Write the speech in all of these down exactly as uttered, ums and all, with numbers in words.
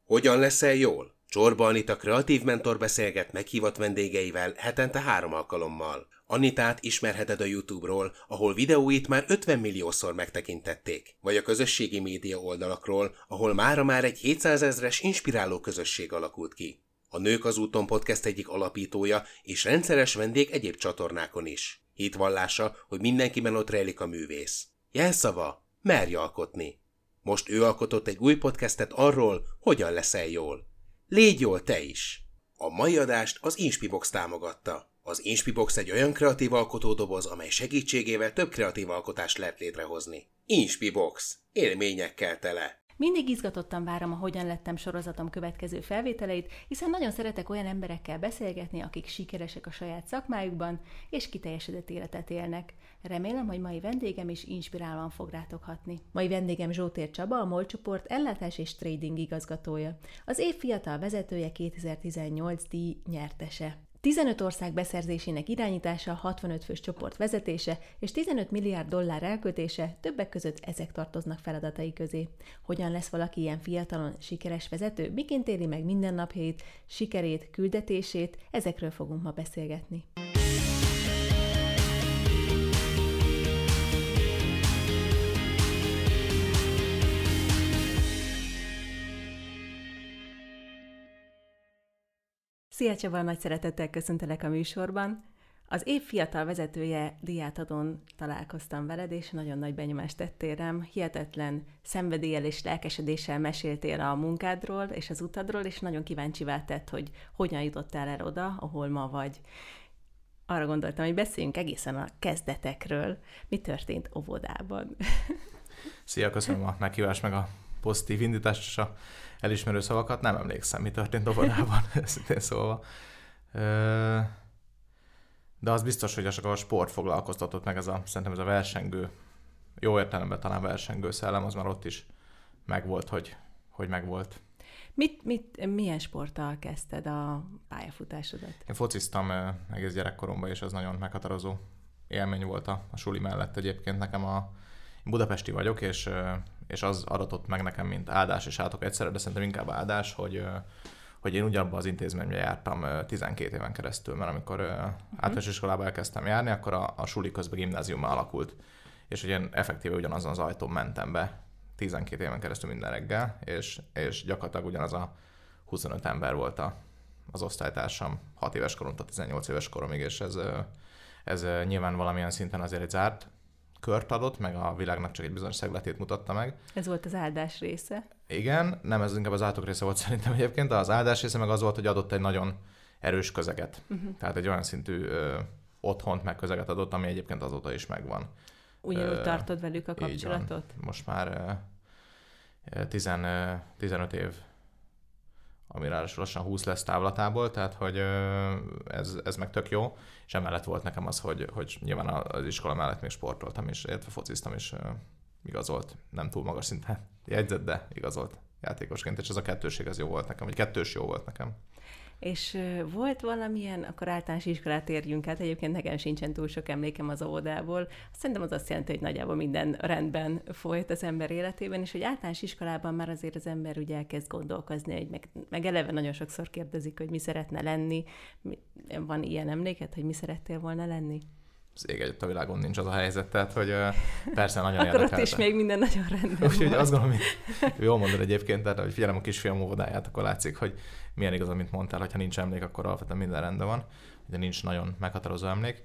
Hogyan leszel jól? Csorba Anita kreatív mentor beszélget meghívott vendégeivel hetente három alkalommal. Anitát ismerheted a YouTube-ról, ahol videóit már ötven milliószor megtekintették, vagy a közösségi média oldalakról, ahol mára már egy hétszázezres inspiráló közösség alakult ki. A Nők az úton podcast egyik alapítója és rendszeres vendég egyéb csatornákon is. Hitvallása, hogy mindenkiben ott rejlik a művész. Jelszava: merj alkotni. Most ő alkotott egy új podcastet arról, hogyan leszel jól. Légy jól te is! A mai adást az Inspibox támogatta. Az Inspibox egy olyan kreatív alkotódoboz, amely segítségével több kreatív alkotást lehet létrehozni. Inspibox. Élményekkel tele. Mindig izgatottan várom a Hogyan lettem sorozatom következő felvételeit, hiszen nagyon szeretek olyan emberekkel beszélgetni, akik sikeresek a saját szakmájukban, és kiteljesedett életet élnek. Remélem, hogy mai vendégem is inspirálóan fog rátok hatni. Mai vendégem Zsótér Csaba, a MOL csoport ellátás és trading igazgatója. Az év fiatal vezetője kétezer-tizennyolc díj nyertese. tizenöt ország beszerzésének irányítása, hatvanöt fős csoport vezetése és tizenöt milliárd dollár elköltése, többek között ezek tartoznak feladatai közé. Hogyan lesz valaki ilyen fiatalon sikeres vezető? Miként éli meg mindennapjait, sikerét, küldetését? Ezekről fogunk ma beszélgetni. Szia Csaba, nagy szeretettel köszöntelek a műsorban. Az év fiatal vezetője díjátadón találkoztam veled, és nagyon nagy benyomást tettél rám. Hihetetlen szenvedéllyel és lelkesedéssel meséltél a munkádról és az utadról, és nagyon kíváncsivá tett, hogy hogyan jutottál el oda, ahol ma vagy. Arra gondoltam, hogy beszéljünk egészen a kezdetekről. Mi történt óvodában? Szia, köszönöm a meghívást, meg a pozitív indítást és a elismerő szavakat. Nem emlékszem, mi történt óvodában, szintén szólva. De az biztos, hogy a sport foglalkoztatott meg, ez a, szerintem ez a versengő, jó értelemben talán versengő szellem, az már ott is megvolt, hogy, hogy megvolt. Mit, mit, milyen sporttal kezdted a pályafutásodat? Én fociztam egész gyerekkoromban, és ez nagyon meghatározó élmény volt a, a suli mellett egyébként. Nekem a budapesti vagyok, és, és az adatott meg nekem, mint áldás és átok egyszerre, de szerintem inkább áldás, hogy, hogy én ugyanabban az intézményben jártam tizenkét éven keresztül, mert amikor uh-huh. általános iskolába elkezdtem járni, akkor a, a suli közben gimnáziummal alakult, és hogy én effektíve ugyanazon az ajtón mentem be tizenkét éven keresztül minden reggel, és, és gyakorlatilag ugyanaz a huszonöt ember volt a, az osztálytársam hat éves koromtól tizennyolc éves koromig, és ez, ez nyilván valamilyen szinten azért egy zárt kört adott, meg a világnak csak egy bizonyos szegletét mutatta meg. Ez volt az áldás része? Igen, nem, ez inkább az átok része volt szerintem egyébként, de az áldás része meg az volt, hogy adott egy nagyon erős közeget. Uh-huh. Tehát egy olyan szintű ö, otthont, meg közeget adott, ami egyébként azóta is megvan. Ugyanúgy ö, tartod velük a kapcsolatot? Most már ö, tizen, ö, tizenöt év, ami ráadásul lassan húsz lesz távlatából, tehát hogy ez, ez meg tök jó, és emellett volt nekem az, hogy, hogy nyilván az iskola mellett még sportoltam is, illetve fociztam is, igazolt, nem túl magas szinten jegyzett, de igazolt játékosként, és ez a kettőség az jó volt nekem, vagy kettős jó volt nekem. És volt valamilyen, akkor általános iskolát érjünk át, egyébként nekem sincsen túl sok emlékem az óvodából. Szerintem az azt jelenti, hogy nagyjából minden rendben folyt az ember életében, és hogy általános iskolában már azért az ember ugye elkezd gondolkozni, hogy meg, meg eleve nagyon sokszor kérdezik, hogy mi szeretne lenni. Van ilyen emléket, hogy mi szerettél volna lenni? Az ég egyet a világon nincs az a helyzet, tehát hogy persze nagyon érdekel. érdekelte. Akkor ott is még minden nagyon rendben. Úgyhogy azt gondolom, hogy jól mondod egyébként, tehát hogy figyelem a kisfiam óvodáját, akkor látszik, hogy milyen igaz, amit mondtál, hogyha nincs emlék, akkor alapvetően minden rendben van, de nincs nagyon meghatározó emlék.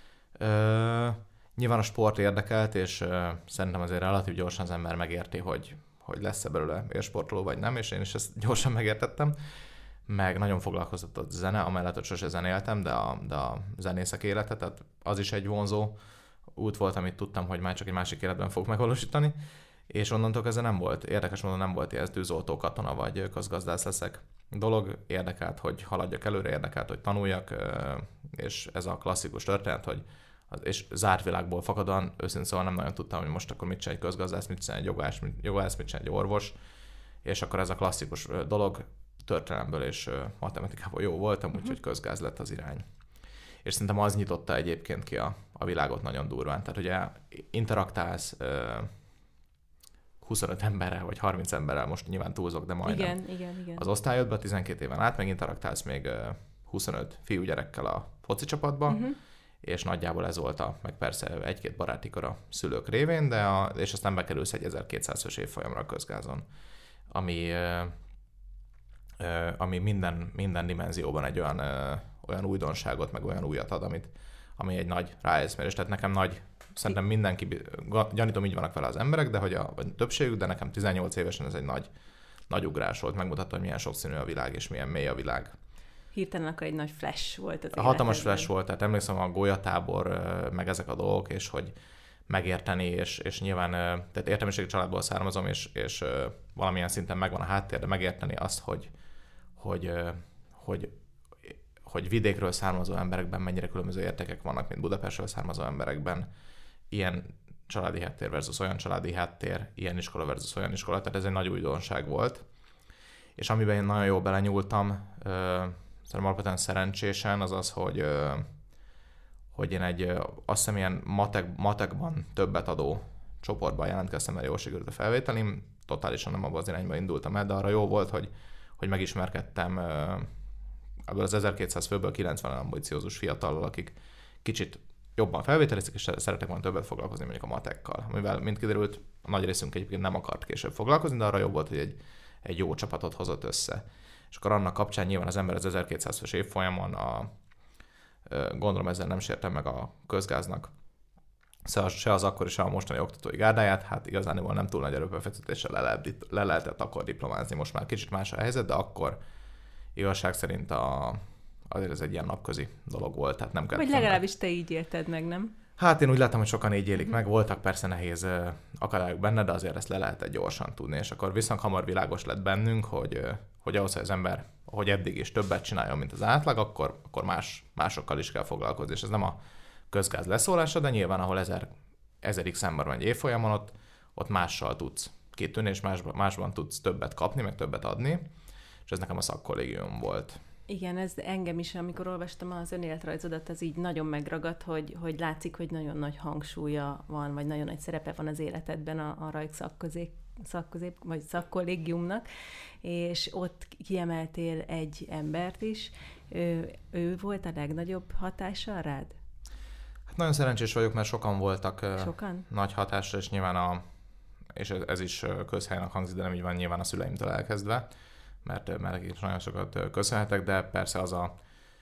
Ö, nyilván a sport érdekelt, és ö, szerintem azért relatív gyorsan az ember megérti, hogy, hogy lesz-e belőle élsportoló vagy nem, és én is ezt gyorsan megértettem. Meg nagyon foglalkoztatott a zene, amellett, hogy sose zenéltem, de a, de a zenészek élete, tehát az is egy vonzó út volt, amit tudtam, hogy már csak egy másik életben fog megvalósítani, és onnantól kezdve nem volt, érdekes módon nem volt ilyen tűzoltó katona vagy közgazdász leszek dolog, érdekelt, hogy haladjak előre, érdekelt, hogy tanuljak, és ez a klasszikus történet, hogy és zárt világból fakadóan, őszintén szóval nem nagyon tudtam, hogy most akkor mit csinál egy közgazdász, mit csinál egy jogász, mit, jogász, mit csinál egy orvos, és akkor ez a klasszikus dolog, történelemből és matematikából jó voltam, uh-huh. úgyhogy közgáz lett az irány. És szerintem az nyitotta egyébként ki a, a világot nagyon durván. Tehát ugye interaktálsz, huszonöt emberrel, vagy harminc emberrel, most nyilván túlzok, de majdnem. Igen, igen, igen. Az osztályodban tizenkét éven át megint interaktálsz még huszonöt fiúgyerekkel a foci csapatba, uh-huh. és nagyjából ez volt a, meg persze egy-két barátikor a szülők révén, de a, és aztán bekerülsz egy ezerkétszáz fős évfolyamra a közgázon, ami, ö, ö, ami minden, minden dimenzióban egy olyan, ö, olyan újdonságot, meg olyan újat ad, amit, ami egy nagy ráeszmérés. Tehát nekem nagy, szerintem mindenki, gyanítom így vannak vele az emberek, de hogy a, vagy többségük, de nekem tizennyolc évesen ez egy nagy, nagy ugrás volt, megmutatta, hogy milyen sokszínű a világ, és milyen mély a világ. Hirtelen akkor egy nagy flash volt az életedben. Hatalmas flash volt, tehát emlékszem a golyatábor, meg ezek a dolgok, és hogy megérteni, és, és nyilván, tehát értelmiségi családból származom, és, és valamilyen szinten megvan a háttér, de megérteni azt, hogy, hogy, hogy, hogy vidékről származó emberekben mennyire különböző értékek vannak, mint Budapestről származó emberekben, ilyen családi háttér versus olyan családi háttér, ilyen iskola versus olyan iskola, tehát ez egy nagy újdonság volt. És amiben én nagyon jól belenyúltam, szerintem alapvetően szerencsésen, az az, hogy, hogy én egy, azt hiszem ilyen matek, matekban többet adó csoportban jelentkeztem, mert jól sikerült a felvételim, totálisan nem abban az irányba indultam el, de arra jó volt, hogy, hogy megismerkedtem ebből az ezerkétszáz főből kilencven ambiciózus fiatallal, akik kicsit jobban felvételizik, és szeretek volna többet foglalkozni mondjuk a matekkal, amivel mind kiderült, a nagy részünk egyébként nem akart később foglalkozni, de arra jobb volt, hogy egy, egy jó csapatot hozott össze. És akkor annak kapcsán nyilván az ember az ezerkétszáz fős évfolyamon, a, gondolom ezzel nem sértem meg a közgáznak se az akkori, se a mostani oktatói gárdáját, hát igazániból nem túl nagy erőbefektetéssel le, lehet, le lehetett akkor diplomázni, most már kicsit más a helyzet, de akkor igazság szerint a, azért ez egy ilyen napközi dolog volt, tehát nem kellett. Vagy legalábbis te így élted meg, nem? Hát én úgy láttam, hogy sokan így élik meg, voltak persze nehéz akadályok benne, de azért ezt le lehetett gyorsan tudni, és akkor viszont hamar világos lett bennünk, hogy, hogy ahhoz, hogy az ember, hogy eddig is többet csináljon, mint az átlag, akkor, akkor más, másokkal is kell foglalkozni, és ez nem a közgáz leszólása, de nyilván, ahol ezer, ezer x ember van egy évfolyamon, ott, ott mással tudsz kitűnni, és másban, másban tudsz többet kapni, meg többet adni, és ez nekem a szakkollégium volt. Igen, ez engem is, amikor olvastam az önéletrajzodat, az így nagyon megragadt, hogy, hogy látszik, hogy nagyon nagy hangsúlya van, vagy nagyon nagy szerepe van az életedben a, a rajk szakközép, szakközép, vagy szakkollégiumnak, és ott kiemeltél egy embert is. Ő, ő volt a legnagyobb hatással rád? Hát nagyon szerencsés vagyok, mert sokan voltak sokan? nagy hatásra, és nyilván a, és ez is közhelynek hangzik, de nem így van, nyilván a szüleimtől elkezdve, mert, mert is nagyon sokat köszönhetek, de persze az a,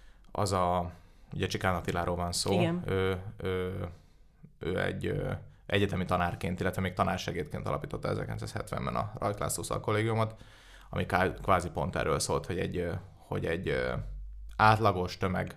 az a ugye Csikán Attiláról van szó, Igen. ő, ő, ő egy egyetemi tanárként, illetve még tanársegédként alapította ezerkilencszázhetvenben a Rajk László Szakkollégiumot, ami kvázi pont erről szólt, hogy egy, hogy egy átlagos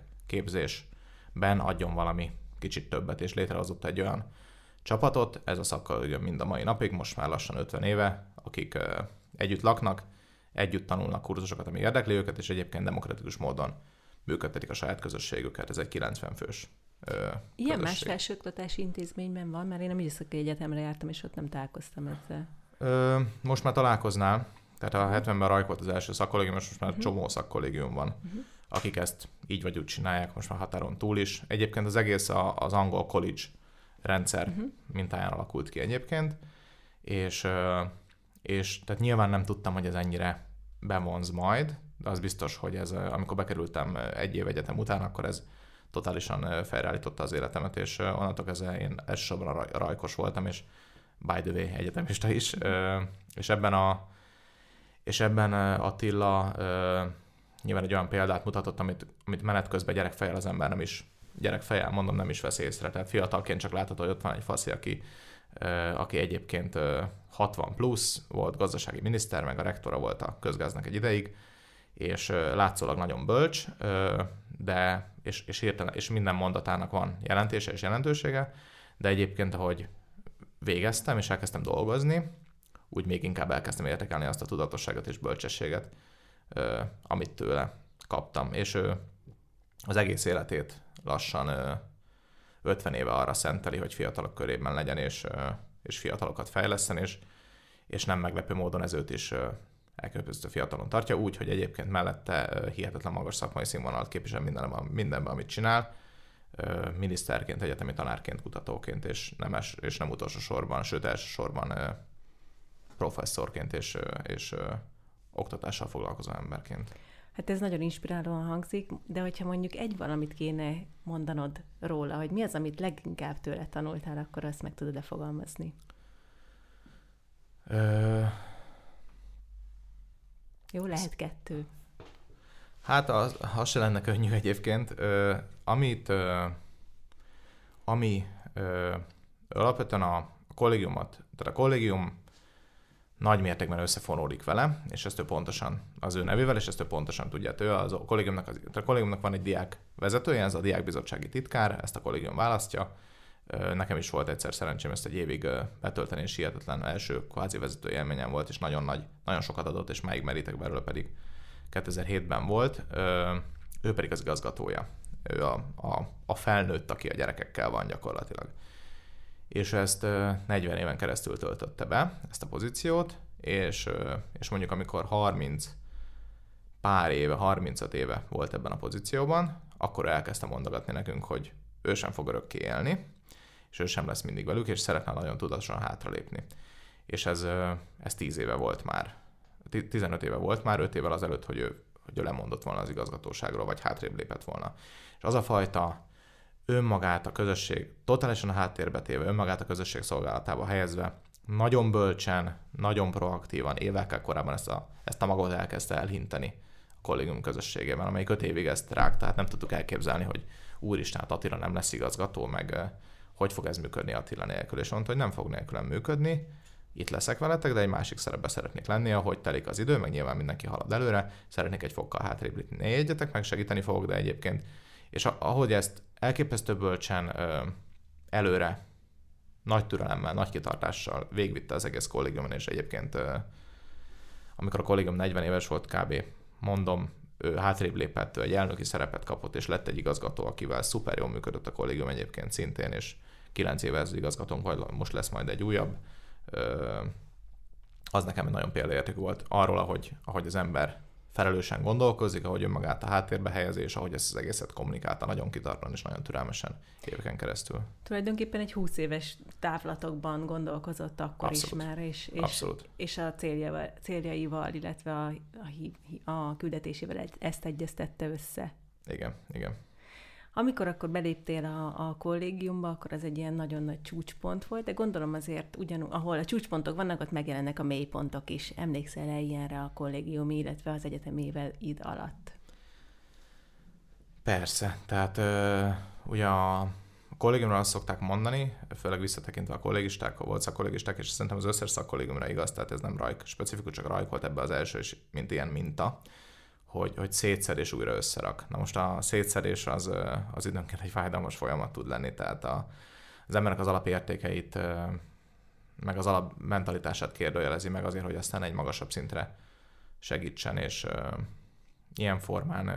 tömegképzésben adjon valami kicsit többet, és létrehozott egy olyan csapatot, ez a szakkollégium mind a mai napig, most már lassan ötven éve, akik együtt laknak, együtt tanulnak kurzusokat, ami érdekli őket, és egyébként demokratikus módon működtetik a saját közösségüket. Ez egy kilencven fős ö, Ilyen más felsőoktatási intézményben van, mert én nem Ügyészaki Egyetemre jártam, és ott nem találkoztam ezzel. Ö, most már találkoznál, tehát a hetvenben a Rajk volt az első szakkollégium, és most már uh-huh. csomó szakkollégium van, uh-huh. akik ezt így vagy úgy csinálják, most már határon túl is. Egyébként az egész a, az angol college rendszer uh-huh. mintáján alakult ki egyébként, és és tehát nyilván nem tudtam, hogy ez ennyire bevonz majd, de az biztos, hogy ez, amikor bekerültem egy év egyetem után, akkor ez totálisan felreállította az életemet, és onnantól kezdve én elsősorban a rajkos voltam, és by the way, egyetemista is, és ebben a és ebben Attila nyilván egy olyan példát mutatott, amit, amit menet közben gyerekfejjel az ember nem is, gyerekfejjel mondom, nem is vesz észre, tehát fiatalként csak látható, hogy ott van egy faszi, aki aki egyébként hatvan plusz, volt gazdasági miniszter, meg a rektora volt a közgáznak egy ideig, és látszólag nagyon bölcs, de, és, és, hirtelen, és minden mondatának van jelentése és jelentősége, de egyébként, ahogy végeztem és elkezdtem dolgozni, úgy még inkább elkezdtem értékelni azt a tudatosságot és bölcsességet, amit tőle kaptam. És az egész életét lassan ötven éve arra szenteli, hogy fiatalok körében legyen, és, és fiatalokat fejleszten, és, és nem meglepő módon ez őt is elképesztő fiatalon tartja, úgy, hogy egyébként mellette hihetetlen magas szakmai színvonalat képvisel mindenben, mindenben, amit csinál, miniszterként, egyetemi tanárként, kutatóként, és nem, es, és nem utolsó sorban, sőt elsősorban professzorként és, és oktatással foglalkozó emberként. Hát ez nagyon inspirálóan hangzik, de hogyha mondjuk egy valamit kéne mondanod róla, hogy mi az, amit leginkább tőle tanultál, akkor azt meg tudod-e fogalmazni? Ö... Jó, lehet kettő. Hát az, az se lenne könnyű egyébként. Ö, amit, ö, ami ö, alapvetően a kollégiumot, tehát a kollégium nagy mértékben összefonódik vele, és ezt ő pontosan az ő nevével, és ezt ő pontosan tudja. Ő az a kollégiumnak, az, a kollégiumnak van egy diák vezetője, ez a diákbizottsági titkár, ezt a kollégium választja. Nekem is volt egyszer szerencsém ezt egy évig betölteni, és hihetetlen első kvázi vezető élményem volt, és nagyon nagy, nagyon sokat adott, és máig merítek belőle, pedig kétezer-hétben volt. Ő pedig az igazgatója. Ő a, a, a felnőtt, aki a gyerekekkel van gyakorlatilag. És ezt negyven éven keresztül töltötte be, ezt a pozíciót, és, és mondjuk amikor harminc pár éve, harmincöt éve volt ebben a pozícióban, akkor elkezdte mondogatni nekünk, hogy ő sem fog örökké élni, és ő sem lesz mindig velük, és szeretne nagyon tudatosan hátralépni. És ez, ez tíz éve volt már, tizenöt éve volt már, öt évvel azelőtt, hogy ő, hogy ő lemondott volna az igazgatóságról, vagy hátrébb lépett volna. És az a fajta önmagát a közösség, totálisan a háttérbe téve, önmagát a közösség szolgálatába helyezve, nagyon bölcsen, nagyon proaktívan, évekkel korábban ezt a, ezt a magot elkezdte elhinteni a kollégium közösségében, amelyik öt évig ezt rágta, tehát nem tudtuk elképzelni, hogy úristen, hát Attila nem lesz igazgató, meg hogy fog ez működni Attila nélkül, és mondta, hogy nem fog nélkülem működni, itt leszek veletek, de egy másik szerepbe szeretnék lenni, ahogy telik az idő, meg nyilván mindenki halad előre, szeretnék egy fokkal hátrébb lépni, ne jegyetek, meg segíteni fogok, de egyébként, és ahogy ezt elképesztő bölcsen ö, előre, nagy türelemmel, nagy kitartással végvitte az egész kollégiumon, és egyébként ö, amikor a kollégium negyven éves volt kb. Mondom, ő hátrébb lépett, ő egy elnöki szerepet kapott, és lett egy igazgató, akivel szuper jól működött a kollégium egyébként szintén, és kilenc éve ez az igazgatónk, vagy most lesz majd egy újabb. Ö, az nekem egy nagyon példaértékű volt arról, ahogy, ahogy az ember felelősen gondolkozik, ahogy önmagát a háttérbe helyezi, és ahogy ezt az egészet kommunikálta nagyon kitartóan és nagyon türelmesen éveken keresztül. Tulajdonképpen egy húsz éves távlatokban gondolkozott akkor Abszolút. is már, és, és, és a céljával, céljaival, illetve a, a, a küldetésével ezt egyeztette össze. Igen, igen. Amikor akkor beléptél a, a kollégiumba, akkor az egy ilyen nagyon nagy csúcspont volt, de gondolom azért ugyanúgy, ahol a csúcspontok vannak, ott megjelennek a mélypontok is. Emlékszel-e ilyenre a kollégiumi, illetve az egyetemi éveid alatt? Persze, tehát ö, ugye a kollégiumra azt szokták mondani, főleg visszatekintve a kollégistákkal, volt szakkollégisták, és szerintem az összes szakkollégiumra igaz, tehát ez nem rajk, specifikus, csak rajk volt ebbe az első, és mint ilyen minta, hogy, hogy szétszed és újra összerak. Na most a szétszedés az, az időnként egy fájdalmas folyamat tud lenni, tehát a, az embernek az alapértékeit, meg az alapmentalitását kérdőjelezi meg azért, hogy aztán egy magasabb szintre segítsen, és ilyen formán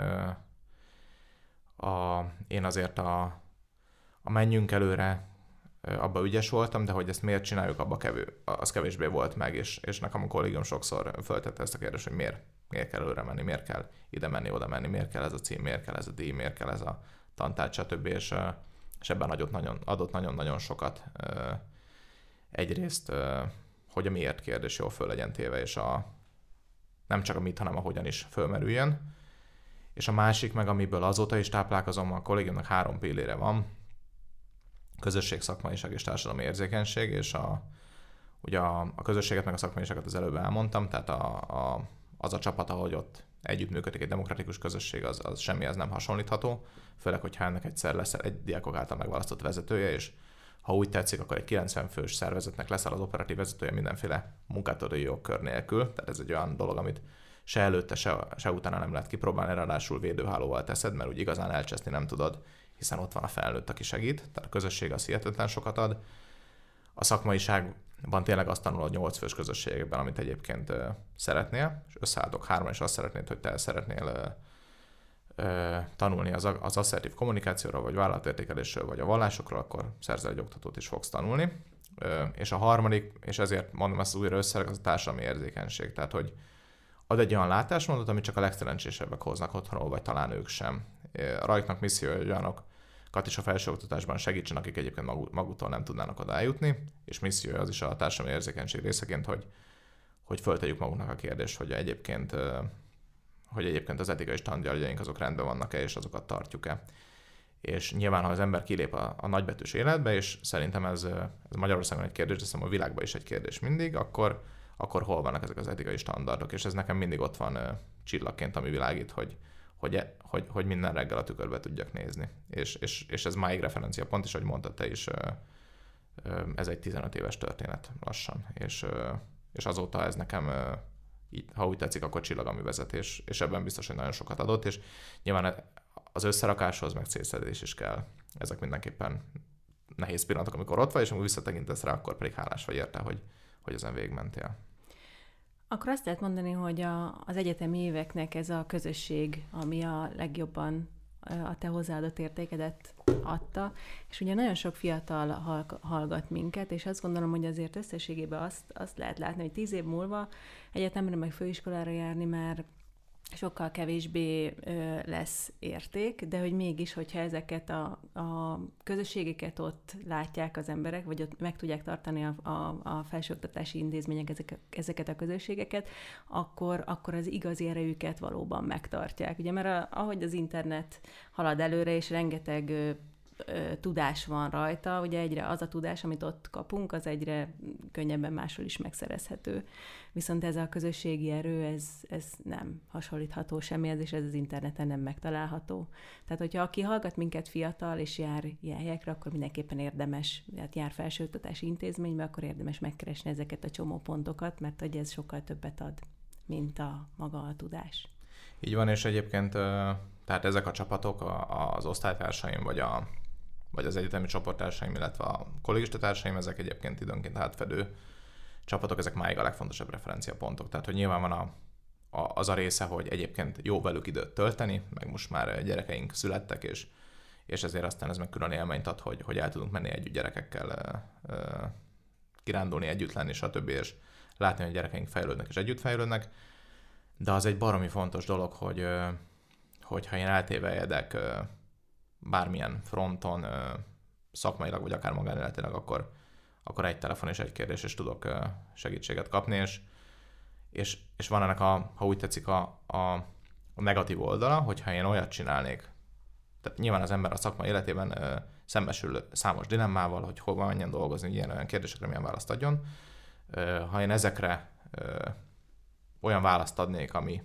a, én azért a, a menjünk előre abba ügyes voltam, de hogy ezt miért csináljuk, abba kevő, az kevésbé volt meg, és, és nekem a kollégium sokszor föltette ezt a kérdést, hogy miért, miért kell előre menni, miért kell ide menni, oda menni, miért kell ez a cím, miért kell ez a díj, miért kell ez a tantárgy, stb. És, és ebben adott, nagyon, adott nagyon-nagyon sokat. Egyrészt, hogy a miért kérdés jól föl legyen téve, és a, nem csak a mit, hanem a hogyan is fölmerüljön. És a másik meg, amiből azóta is táplálkozom, a kollégiumnak három pillére van, közösség, szakmaiság és társadalmi érzékenység, és a, ugye a, a közösséget meg a szakmaiságot az előbb elmondtam, tehát a, a, az a csapat, ahogy ott együttműködik egy demokratikus közösség, az, az semmihez nem hasonlítható, főleg, hogyha ennek egyszer lesz egy diákok által megválasztott vezetője, és ha úgy tetszik, akkor egy kilencven fős szervezetnek leszel az operatív vezetője mindenféle munkátadói jogkör nélkül, tehát ez egy olyan dolog, amit se előtte, se, se utána nem lehet kipróbálni, ráadásul védőhálóval teszed, mert úgy igazán elcseszni nem tudod, hiszen ott van a felnőtt, aki segít, tehát a közösség az hihetetlen sokat ad. A szakmaiságban tényleg azt tanulod nyolc fős közösségekben, amit egyébként uh, szeretnél, és összeálltok hárman, és azt szeretnéd, hogy te szeretnél uh, uh, tanulni az, az asszertív kommunikációról, vagy vállalatértékelésről, vagy a vallásokról, akkor szerzel egy oktatót is fogsz tanulni. Uh, és a harmadik, és ezért mondom ezt újra összereg, az a társadalmi érzékenység, tehát hogy ad egy olyan látásmódot, amit csak a legszerencsésebbek hoznak otthonról, vagy talán ők sem. A rajknak misszió, hogy olyanokat is a felsőoktatásban segítsen, akik egyébként maguktól nem tudnának oda eljutni, és missziója az is a társadalmi érzékenység részeként, hogy hogy föltegyük magunknak a kérdést, hogy egyébként, hogy egyébként az etikai standardjaink azok rendben vannak-e, és azokat tartjuk-e. És nyilván, ha az ember kilép a, a nagybetűs életbe, és szerintem ez, ez Magyarországon egy kérdés, de szerintem a világban is egy kérdés mindig, akkor, akkor hol vannak ezek az etikai standardok, és ez nekem mindig ott van csillagként, ami világít, hogy, hogy, hogy, hogy minden reggel a tükörbe tudjak nézni. És, és, és ez máig referenciapont is, ahogy mondtad te is, ez egy tizenöt éves történet lassan, és, és azóta ez nekem, így, ha úgy tetszik, akkor csillagami vezetés, és ebben biztos, hogy nagyon sokat adott, és nyilván az összerakáshoz meg célszedés is kell. Ezek mindenképpen nehéz pillanatok, amikor ott vagy, és amikor visszatekintesz rá, akkor pedig hálás vagy érte, hogy, hogy ezen végigmentél. Akkor azt lehet mondani, hogy a, az egyetemi éveknek ez a közösség, ami a legjobban a te hozzáadott értékedet adta, és ugye nagyon sok fiatal hallgat minket, és azt gondolom, hogy azért összességében azt, azt lehet látni, hogy tíz év múlva egyetemre meg főiskolára járni már sokkal kevésbé ö, lesz érték, de hogy mégis, hogyha ezeket a, a közösségeket ott látják az emberek, vagy ott meg tudják tartani a, a, a felsőoktatási intézmények ezek, ezeket a közösségeket, akkor, akkor az igazi erejüket valóban megtartják. Ugye, mert a, ahogy az internet halad előre, és rengeteg ö, ö, tudás van rajta, ugye egyre az a tudás, amit ott kapunk, az egyre könnyebben máshol is megszerezhető. Viszont ez a közösségi erő, ez, ez nem hasonlítható semmihez, és ez az interneten nem megtalálható. Tehát, hogyha aki hallgat minket fiatal, és jár ilyen helyekre, akkor mindenképpen érdemes, hát jár felsőoktatási intézménybe, akkor érdemes megkeresni ezeket a csomópontokat, mert hogy ez sokkal többet ad, mint a maga a tudás. Így van, és egyébként tehát ezek a csapatok, az osztálytársaim, vagy, a, vagy az egyetemi csoporttársaim, illetve a kollégistatársaim, ezek egyébként időnként átfedő csapatok, ezek máig a legfontosabb referenciapontok. Tehát, hogy nyilván van a, a, az a része, hogy egyébként jó velük időt tölteni, meg most már gyerekeink születtek, és, és ezért aztán ez meg külön élményt ad, hogy, hogy el tudunk menni együtt gyerekekkel, ö, ö, kirándulni, együtt lenni, stb. És látni, hogy a gyerekeink fejlődnek és együtt fejlődnek. De az egy baromi fontos dolog, hogy ö, hogyha én eltévejedek ö, bármilyen fronton, ö, szakmailag vagy akár magánéletileg, akkor akkor egy telefon és egy kérdés, és tudok segítséget kapni, és, és, és van ennek, a, ha úgy tetszik, a, a, a negatív oldala, hogyha én olyat csinálnék. Tehát nyilván az ember a szakma életében ö, szembesül számos dilemmával, hogy hova menjen dolgozni, ilyen olyan kérdésekre milyen választ adjon. Ö, ha én ezekre ö, olyan választ adnék, ami,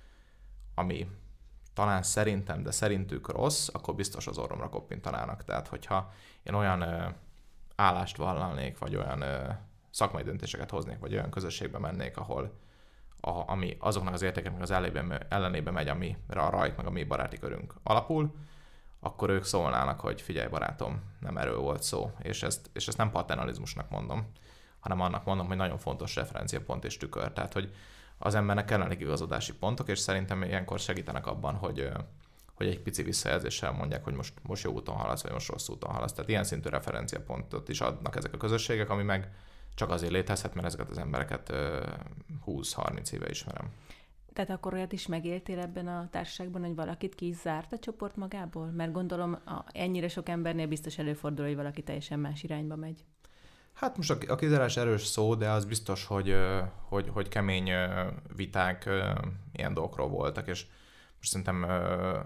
ami talán szerintem, de szerintük rossz, akkor biztos az orromra koppintanának. Tehát, hogyha én olyan ö, állást vállalnék, vagy olyan ö, szakmai döntéseket hoznék, vagy olyan közösségbe mennék, ahol a, ami azoknak az értékeknek az ellenében, ellenébe megy, amire a rajt, meg a mi baráti körünk alapul, akkor ők szólnának, hogy figyelj barátom, nem erről volt szó. És ezt, és ezt nem paternalizmusnak mondom, hanem annak mondom, hogy nagyon fontos referenciapont és tükör. Tehát, hogy az embernek kellenek igazodási pontok, és szerintem ilyenkor segítenek abban, hogy hogy egy pici visszajelzéssel mondják, hogy most, most jó úton haladsz, vagy most rossz úton haladsz. Tehát ilyen szintű referenciapontot is adnak ezek a közösségek, ami meg csak azért létezhet, mert ezeket az embereket húsz-harminc éve ismerem. Tehát akkor olyat is megéltél ebben a társaságban, hogy valakit ki is zárt a csoport magából? Mert gondolom, a, ennyire sok embernél biztos előfordul, hogy valaki teljesen más irányba megy. Hát most a, a kizárás erős szó, de az biztos, hogy, hogy, hogy kemény viták ilyen dolgokról voltak, és most szerintem ö,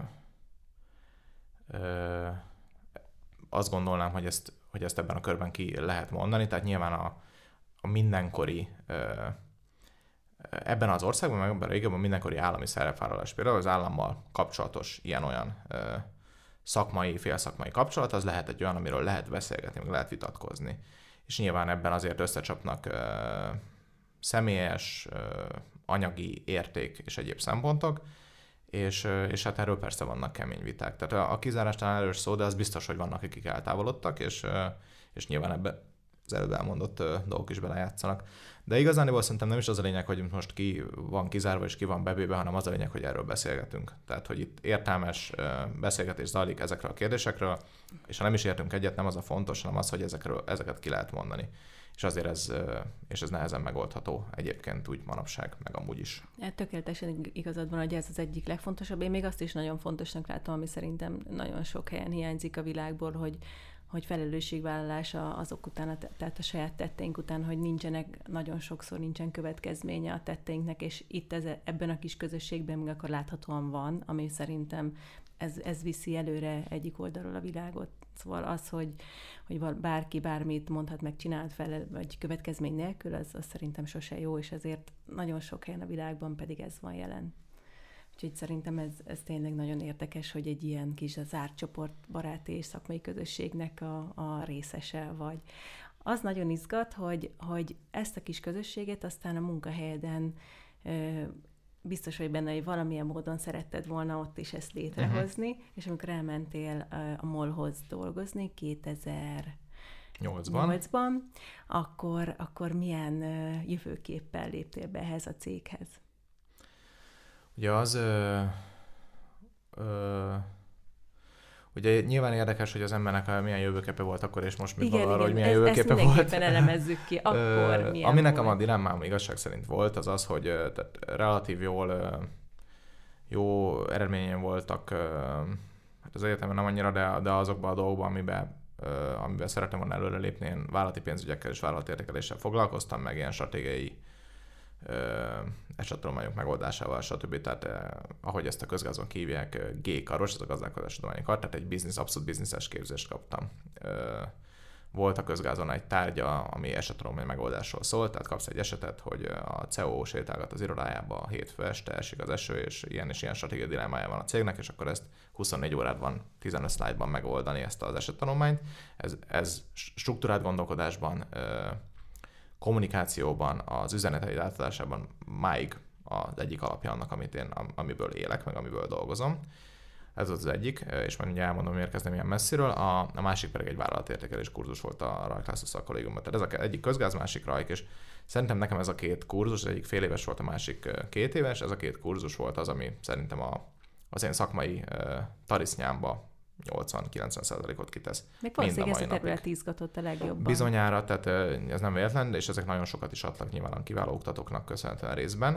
ö, azt gondolnám, hogy ezt, hogy ezt ebben a körben ki lehet mondani, tehát nyilván a, a mindenkori, ö, ebben az országban, meg ebben a régióban mindenkori állami szerepvállalás, például az állammal kapcsolatos ilyen-olyan ö, szakmai, félszakmai kapcsolat, az lehet egy olyan, amiről lehet beszélgetni, meg lehet vitatkozni. És nyilván ebben azért összecsapnak ö, személyes, ö, anyagi érték és egyéb szempontok, És, és hát erről persze vannak kemény viták. Tehát a, a kizárás talán erős szó, de az biztos, hogy vannak, akik eltávolodtak, és, és nyilván ebbe az előbb elmondott dolgok is belejátszanak. De igazániból szerintem nem is az a lényeg, hogy most ki van kizárva és ki van bevéve, hanem az a lényeg, hogy erről beszélgetünk. Tehát, hogy itt értelmes beszélgetés zajlik ezekről a kérdésekről, és ha nem is értünk egyet, nem az a fontos, hanem az, hogy ezekről, ezeket ki lehet mondani. És azért ez, és ez nehezen megoldható egyébként úgy manapság, meg amúgy is. Hát tökéletesen igazad van, hogy ez az egyik legfontosabb. Én még azt is nagyon fontosnak látom, ami szerintem nagyon sok helyen hiányzik a világból, hogy, hogy felelősségvállalása azok után, tehát a saját tetteink után, hogy nincsenek, nagyon sokszor nincsen következménye a tetteinknek, és itt ez, ebben a kis közösségben még akkor láthatóan van, ami szerintem ez, ez viszi előre egyik oldalról a világot. Szóval az, hogy, hogy bárki bármit mondhat, meg csinált fel, vagy következmény nélkül, az, az szerintem sose jó, és ezért nagyon sok helyen a világban pedig ez van jelen. Úgyhogy szerintem ez, ez tényleg nagyon érdekes, hogy egy ilyen kis zárt csoport, baráti és szakmai közösségnek a, a részese vagy. Az nagyon izgat, hogy, hogy ezt a kis közösséget aztán a munkahelyeden ö, biztos vagy benne, hogy valamilyen módon szeretted volna ott is ezt létrehozni, uh-huh. és amikor elmentél a MOL-hoz dolgozni kétezer-nyolcban, akkor, akkor milyen jövőképpel léptél be ehhez a céghez? Ugye az... Ö, ö, ugye nyilván érdekes, hogy az embernek milyen jövőképe volt akkor, és most mit igen, gondol arra, hogy milyen ez, jövőképe ezt volt. Ezt elemezzük ki. Akkor ö, milyen Ami nekem volt? a dilemmám igazság szerint volt, az az, hogy tehát relatív jól jó eredményen voltak, hát az egyetemen nem annyira, de, de azokban a dolgokban, amiben, amiben szeretem volna előre lépni, én vállalati pénzügyekkel és vállalati értékeléssel foglalkoztam, meg ilyen stratégiai esettanulmányok megoldásával, stb. Tehát eh, ahogy ezt a közgázon hívják, G-karos, ez a gazdálkodási tudományi kar, tehát egy business, abszolút bizniszes képzést kaptam. Eh, volt a közgázon egy tárgya, ami esettanulmány megoldásról szólt, tehát kapsz egy esetet, hogy a cé e o sétálgat az irodájába hétfő este, esik az eső, és ilyen és ilyen stratégiai dilemmája van a cégnek, és akkor ezt huszonnégy órád van tizenöt szlájdban megoldani ezt az esettanulmányt. Ez, ez struktúrált gondolkodásban, eh, kommunikációban, az üzeneteid átadásában máig az egyik alapja annak, amit én, amiből élek, meg amiből dolgozom. Ez az az egyik, és majd ugye elmondom, miért kezdem ilyen messziről. A, a másik pedig egy vállalatértékelés kurzus volt a Rajk László szakkollégiumban. Tehát ez a egyik közgáz, másik Rajk, és szerintem nekem ez a két kurzus, az egyik fél éves volt, a másik két éves, ez a két kurzus volt az, ami szerintem a, az én szakmai uh, tarisznyámba nyolcvan-kilencven százalékot kitesz. Még valószínűleg ez a terület izgatott a legjobban. Bizonyára, tehát ez nem véletlen, és ezek nagyon sokat is adtak nyilván a kiváló oktatóknak köszönhetően részben.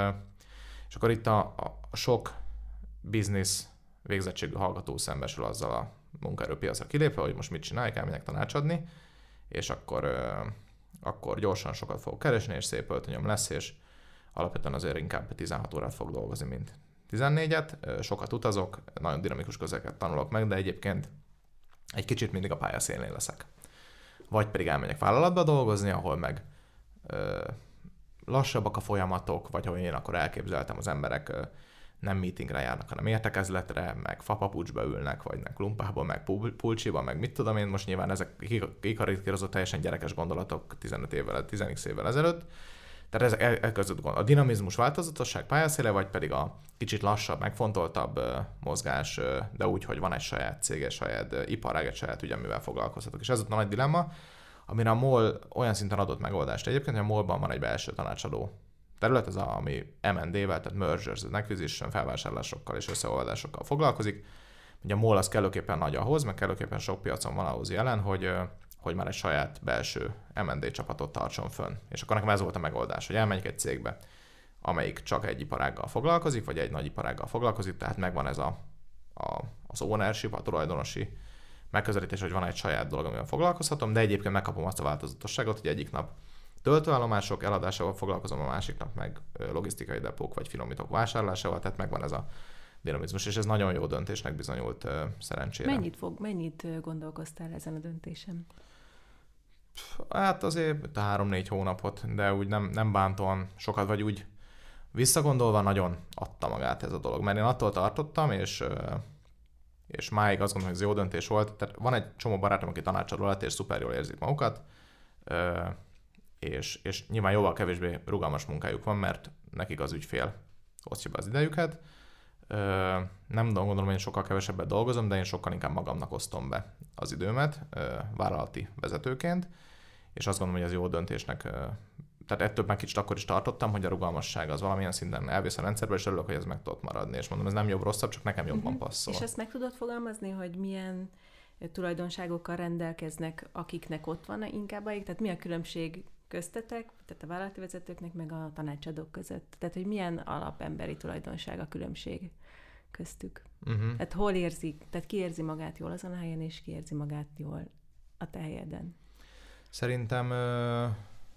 És akkor itt a, a sok biznisz végzettségű hallgató szembesül azzal a munkaerőpiacra kilépve, hogy most mit csinálják, elmegyek tanácsadni, és akkor, akkor gyorsan sokat fog keresni, és szép öltönyöm lesz, és alapvetően azért inkább tizenhat órát fog dolgozni, mint tizennégyet, sokat utazok, nagyon dinamikus közegeket tanulok meg, de egyébként egy kicsit mindig a pályaszélén leszek. Vagy pedig elmegyek vállalatba dolgozni, ahol meg ö, lassabbak a folyamatok, vagy ahogy én akkor elképzeltem, az emberek ö, nem meetingre járnak, hanem értekezletre, meg fapapucsba ülnek, vagy meg lumpába, meg pulcsiba, meg mit tudom én, most nyilván ezek kikarikírozott teljesen gyerekes gondolatok tizenöt évvel, tíz évvel ezelőtt. Tehát ez e között gond. A dinamizmus, változatosság pályaszéle, vagy pedig a kicsit lassabb, megfontoltabb uh, mozgás, uh, de úgy, hogy van egy saját cég, egy saját uh, iparág, egy saját ügy, amivel foglalkozhatok. És ez ott a nagy dilemma, amire a MOL olyan szinten adott megoldást. Egyébként, hogy a MOL-ban van egy belső tanácsadó terület, ez a, ami em and á-vel, tehát mergers, acquisition, felvásárlásokkal és összeolvadásokkal foglalkozik. Ugye a MOL az kellőképpen nagy ahhoz, meg kellőképpen sok piacon van ahhoz jelen, hogy uh, hogy már egy saját belső em and á csapatot tartson fönn. És akkor nekem ez volt a megoldás, hogy elmenjek egy cégbe, amelyik csak egy iparággal foglalkozik, vagy egy nagy iparággal foglalkozik, tehát megvan ez a, a, az ownership, a tulajdonosi megközelítés, hogy van egy saját dolog, amivel foglalkozhatom, de egyébként megkapom azt a változatosságot, hogy egyik nap töltőállomások eladásával foglalkozom, a másik nap meg logisztikai depók vagy finomítók vásárlásával, tehát megvan ez a dinamizmus, és ez nagyon jó döntésnek bizonyult szerencsére. Mennyit, fog, mennyit gondolkoztál ezen a döntésen? Hát azért három-négy hónapot, de úgy nem, nem bántóan sokat, vagy úgy visszagondolva nagyon adta magát ez a dolog. Mert én attól tartottam, és, és máig azt gondolom, hogy ez jó döntés volt. Tehát van egy csomó barátom, aki tanácsadó lett, és szuper jól érzik magukat, és, és nyilván jóval kevésbé rugalmas munkájuk van, mert nekik az ügyfél osztja be az idejüket. Nem gondolom, hogy én sokkal kevesebbet dolgozom, de én sokkal inkább magamnak osztom be az időmet vállalati vezetőként, és azt gondolom, hogy ez jó döntésnek, tehát ettől már kicsit akkor is tartottam, hogy a rugalmasság az valamilyen szinten elvész a rendszerbe, és örülök, hogy ez meg tudott maradni, és mondom, ez nem jobb-rosszabb, csak nekem jobban uh-huh. passzol. És ezt meg tudod fogalmazni, hogy milyen tulajdonságokkal rendelkeznek, akiknek ott van inkább, tehát mi a különbség köztetek, tehát a vállalati vezetőknek, meg a tanácsadók között? Tehát, hogy milyen alapemberi tulajdonság a különbség köztük? Uh-huh. Tehát hol érzik, tehát ki érzi magát jól azon a helyen, és ki érzi magát jól a te helyeden? Szerintem ö...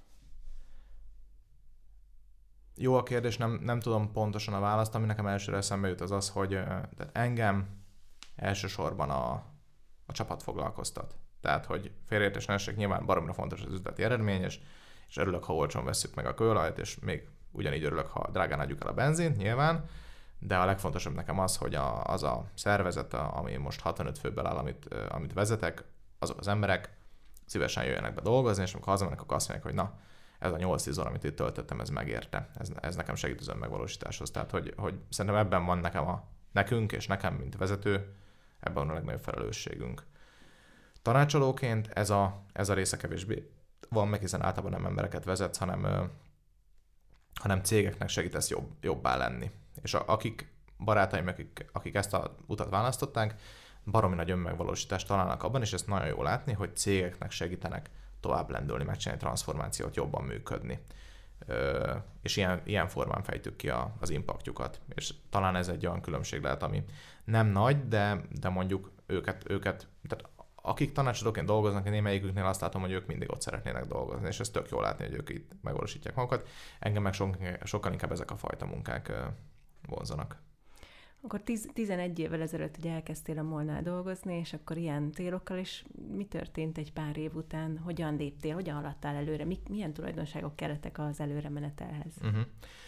jó a kérdés, nem, nem tudom pontosan a választ, ami nekem elsőre eszembe jut az az, hogy ö, tehát engem elsősorban a, a csapat foglalkoztat. Tehát, hogy félreértés ne essék, nyilván baromra fontos az üzleti eredmény, és, és örülök, ha olcsón vesszük meg a kőolajat, és még ugyanígy örülök, ha drágán adjuk el a benzint, nyilván, de a legfontosabb nekem az, hogy a, az a szervezet, ami most hatvanöt főből áll, amit, amit vezetek, azok az emberek szívesen jöjjenek be dolgozni, és amikor hazamennek, akkor azt mondják, hogy na, ez a nyolc-tíz óra, amit itt töltöttem, ez megérte. Ez, ez nekem segít az önmegvalósításhoz. Tehát, hogy, hogy szerintem ebben van nekem a, nekünk, és nekem, mint vezető, ebben van a legnagyobb felelősségünk. Tanácsolóként ez a, ez a része kevésbé van meg, hiszen általában nem embereket vezetsz, hanem, hanem cégeknek segítesz jobb, jobbá lenni. És a, akik barátaim, akik, akik ezt a utat választották, baromi nagy önmegvalósítást találnak abban, és ezt nagyon jó látni, hogy cégeknek segítenek tovább lendülni, megcsinálni transformációt, jobban működni. Ö, és ilyen, ilyen formán fejtük ki a, az impactjukat. És talán ez egy olyan különbség lehet, ami nem nagy, de, de mondjuk őket, őket tehát akik tanácsadóként dolgoznak, én némelyiküknél azt látom, hogy ők mindig ott szeretnének dolgozni, és ez tök jó látni, hogy ők itt megvalósítják magukat. Engem meg so, sokkal inkább ezek a fajta munkák vonzanak. Akkor tizenegy évvel ezelőtt ugye elkezdtél a MOL-nál dolgozni, és akkor ilyen célokkal, és mi történt egy pár év után? Hogyan léptél, hogyan haladtál előre? Mi, milyen tulajdonságok kellettek az előre menetelhez? Uh-huh.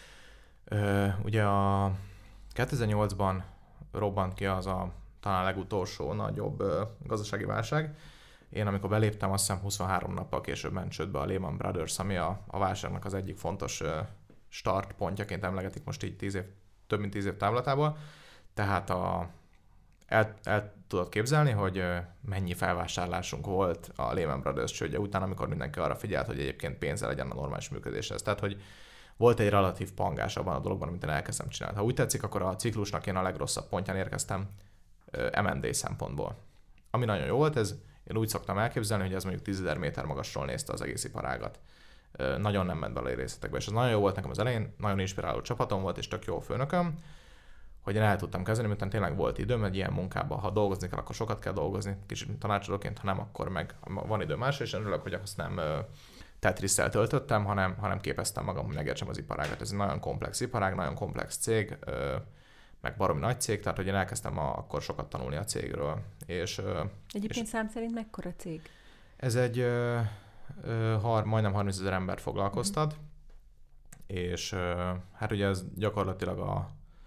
Ö, ugye a kétezer-nyolcban robbant ki az a talán legutolsó nagyobb ö, gazdasági válság. Én amikor beléptem, azt hiszem huszonhárom nappal később ment csődbe a Lehman Brothers, ami a, a válságnak az egyik fontos ö, startpontjaként emlegetik most így tíz év, több mint tíz év távlatából. Tehát a, el, el tudod képzelni, hogy ö, mennyi felvásárlásunk volt a Lehman Brothers csődje után, amikor mindenki arra figyelt, hogy egyébként pénze legyen a normális működéshez. Tehát, hogy volt egy relatív pangás abban a dologban, amit én elkezdtem csinálni. Ha úgy tetszik, akkor a ciklusnak én a legrosszabb pontján érkeztem em and á szempontból. Ami nagyon jó volt, ez én úgy szoktam elképzelni, hogy ez mondjuk tízezer méter magasról nézte az egész iparágat. Nagyon nem ment bele a részletekbe, és ez nagyon jó volt nekem az elején, nagyon inspiráló csapatom volt, és tök jó főnököm, hogy én el tudtam kezdeni, miután tényleg volt időm egy ilyen munkában, ha dolgozni kell, akkor sokat kell dolgozni, kicsit tanácsadóként, ha nem, akkor meg van idő másra, és örülök, hogy azt nem Tetris-szel töltöttem, hanem, hanem képeztem magam, hogy megértsem az iparágat. Ez egy nagyon komplex iparág, nagyon komplex cég, meg baromi nagy cég, tehát hogy én elkezdtem a, akkor sokat tanulni a cégről. És, Egyébként és szám szerint mekkora cég? Ez egy ö, ö, har, majdnem harmincezer embert foglalkoztat, mm-hmm. és ö, hát ugye ez gyakorlatilag a,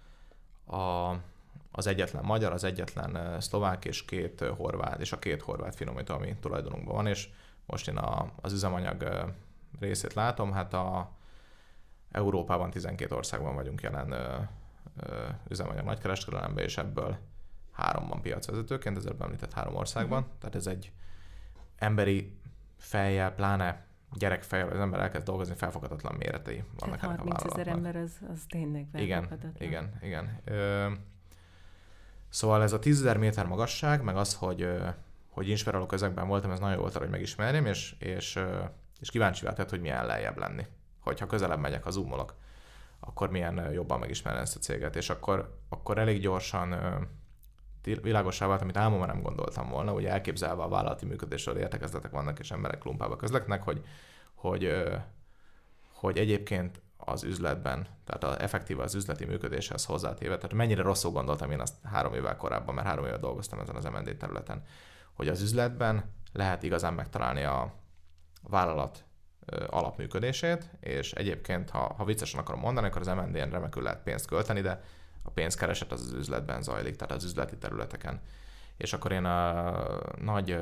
a, az egyetlen magyar, az egyetlen szlovák és két horvát, és a két horvát finomító, ami tulajdonunkban van, és most én a, az üzemanyag részét látom, hát a Európában tizenkét országban vagyunk jelen ö, ö, üzemanyag nagykereskedelemben, és ebből háromban piacvezetőként, ezzel említett három országban, uh-huh. tehát ez egy emberi fejjel, pláne gyerekfejjel, az ember elkezd dolgozni, felfoghatatlan méretei vannak ennek a vállalatnak. harmincezer ember, az, az tényleg felfoghatatlan. Igen, igen, igen. Ö, szóval ez a tízezer méter magasság, meg az, hogy hogy inspiráló közegben voltam, ez nagyon jó volt arra, hogy megismerjem, és, és, és kíváncsi váltett, hogy milyen lejjebb lenni. Hogyha közelebb megyek, ha zoomolok, akkor milyen jobban megismerni ezt a céget. És akkor, akkor elég gyorsan világossá vált, amit álmomban nem gondoltam volna, hogy elképzelve a vállalati működésről értekezletek vannak, és emberek klumpába közleknek, hogy, hogy, hogy egyébként az üzletben, tehát a, effektíve az üzleti működéshez hozzátéve, tehát mennyire rosszul gondoltam én azt három évvel korábban, mert három éve dolgoztam ezen az em and á területen, hogy az üzletben lehet igazán megtalálni a vállalat alapműködését, és egyébként, ha, ha viccesen akarom mondani, akkor az em and á-en remekül lehet pénzt költeni, de a pénzkereset az az üzletben zajlik, tehát az üzleti területeken. És akkor én a nagy,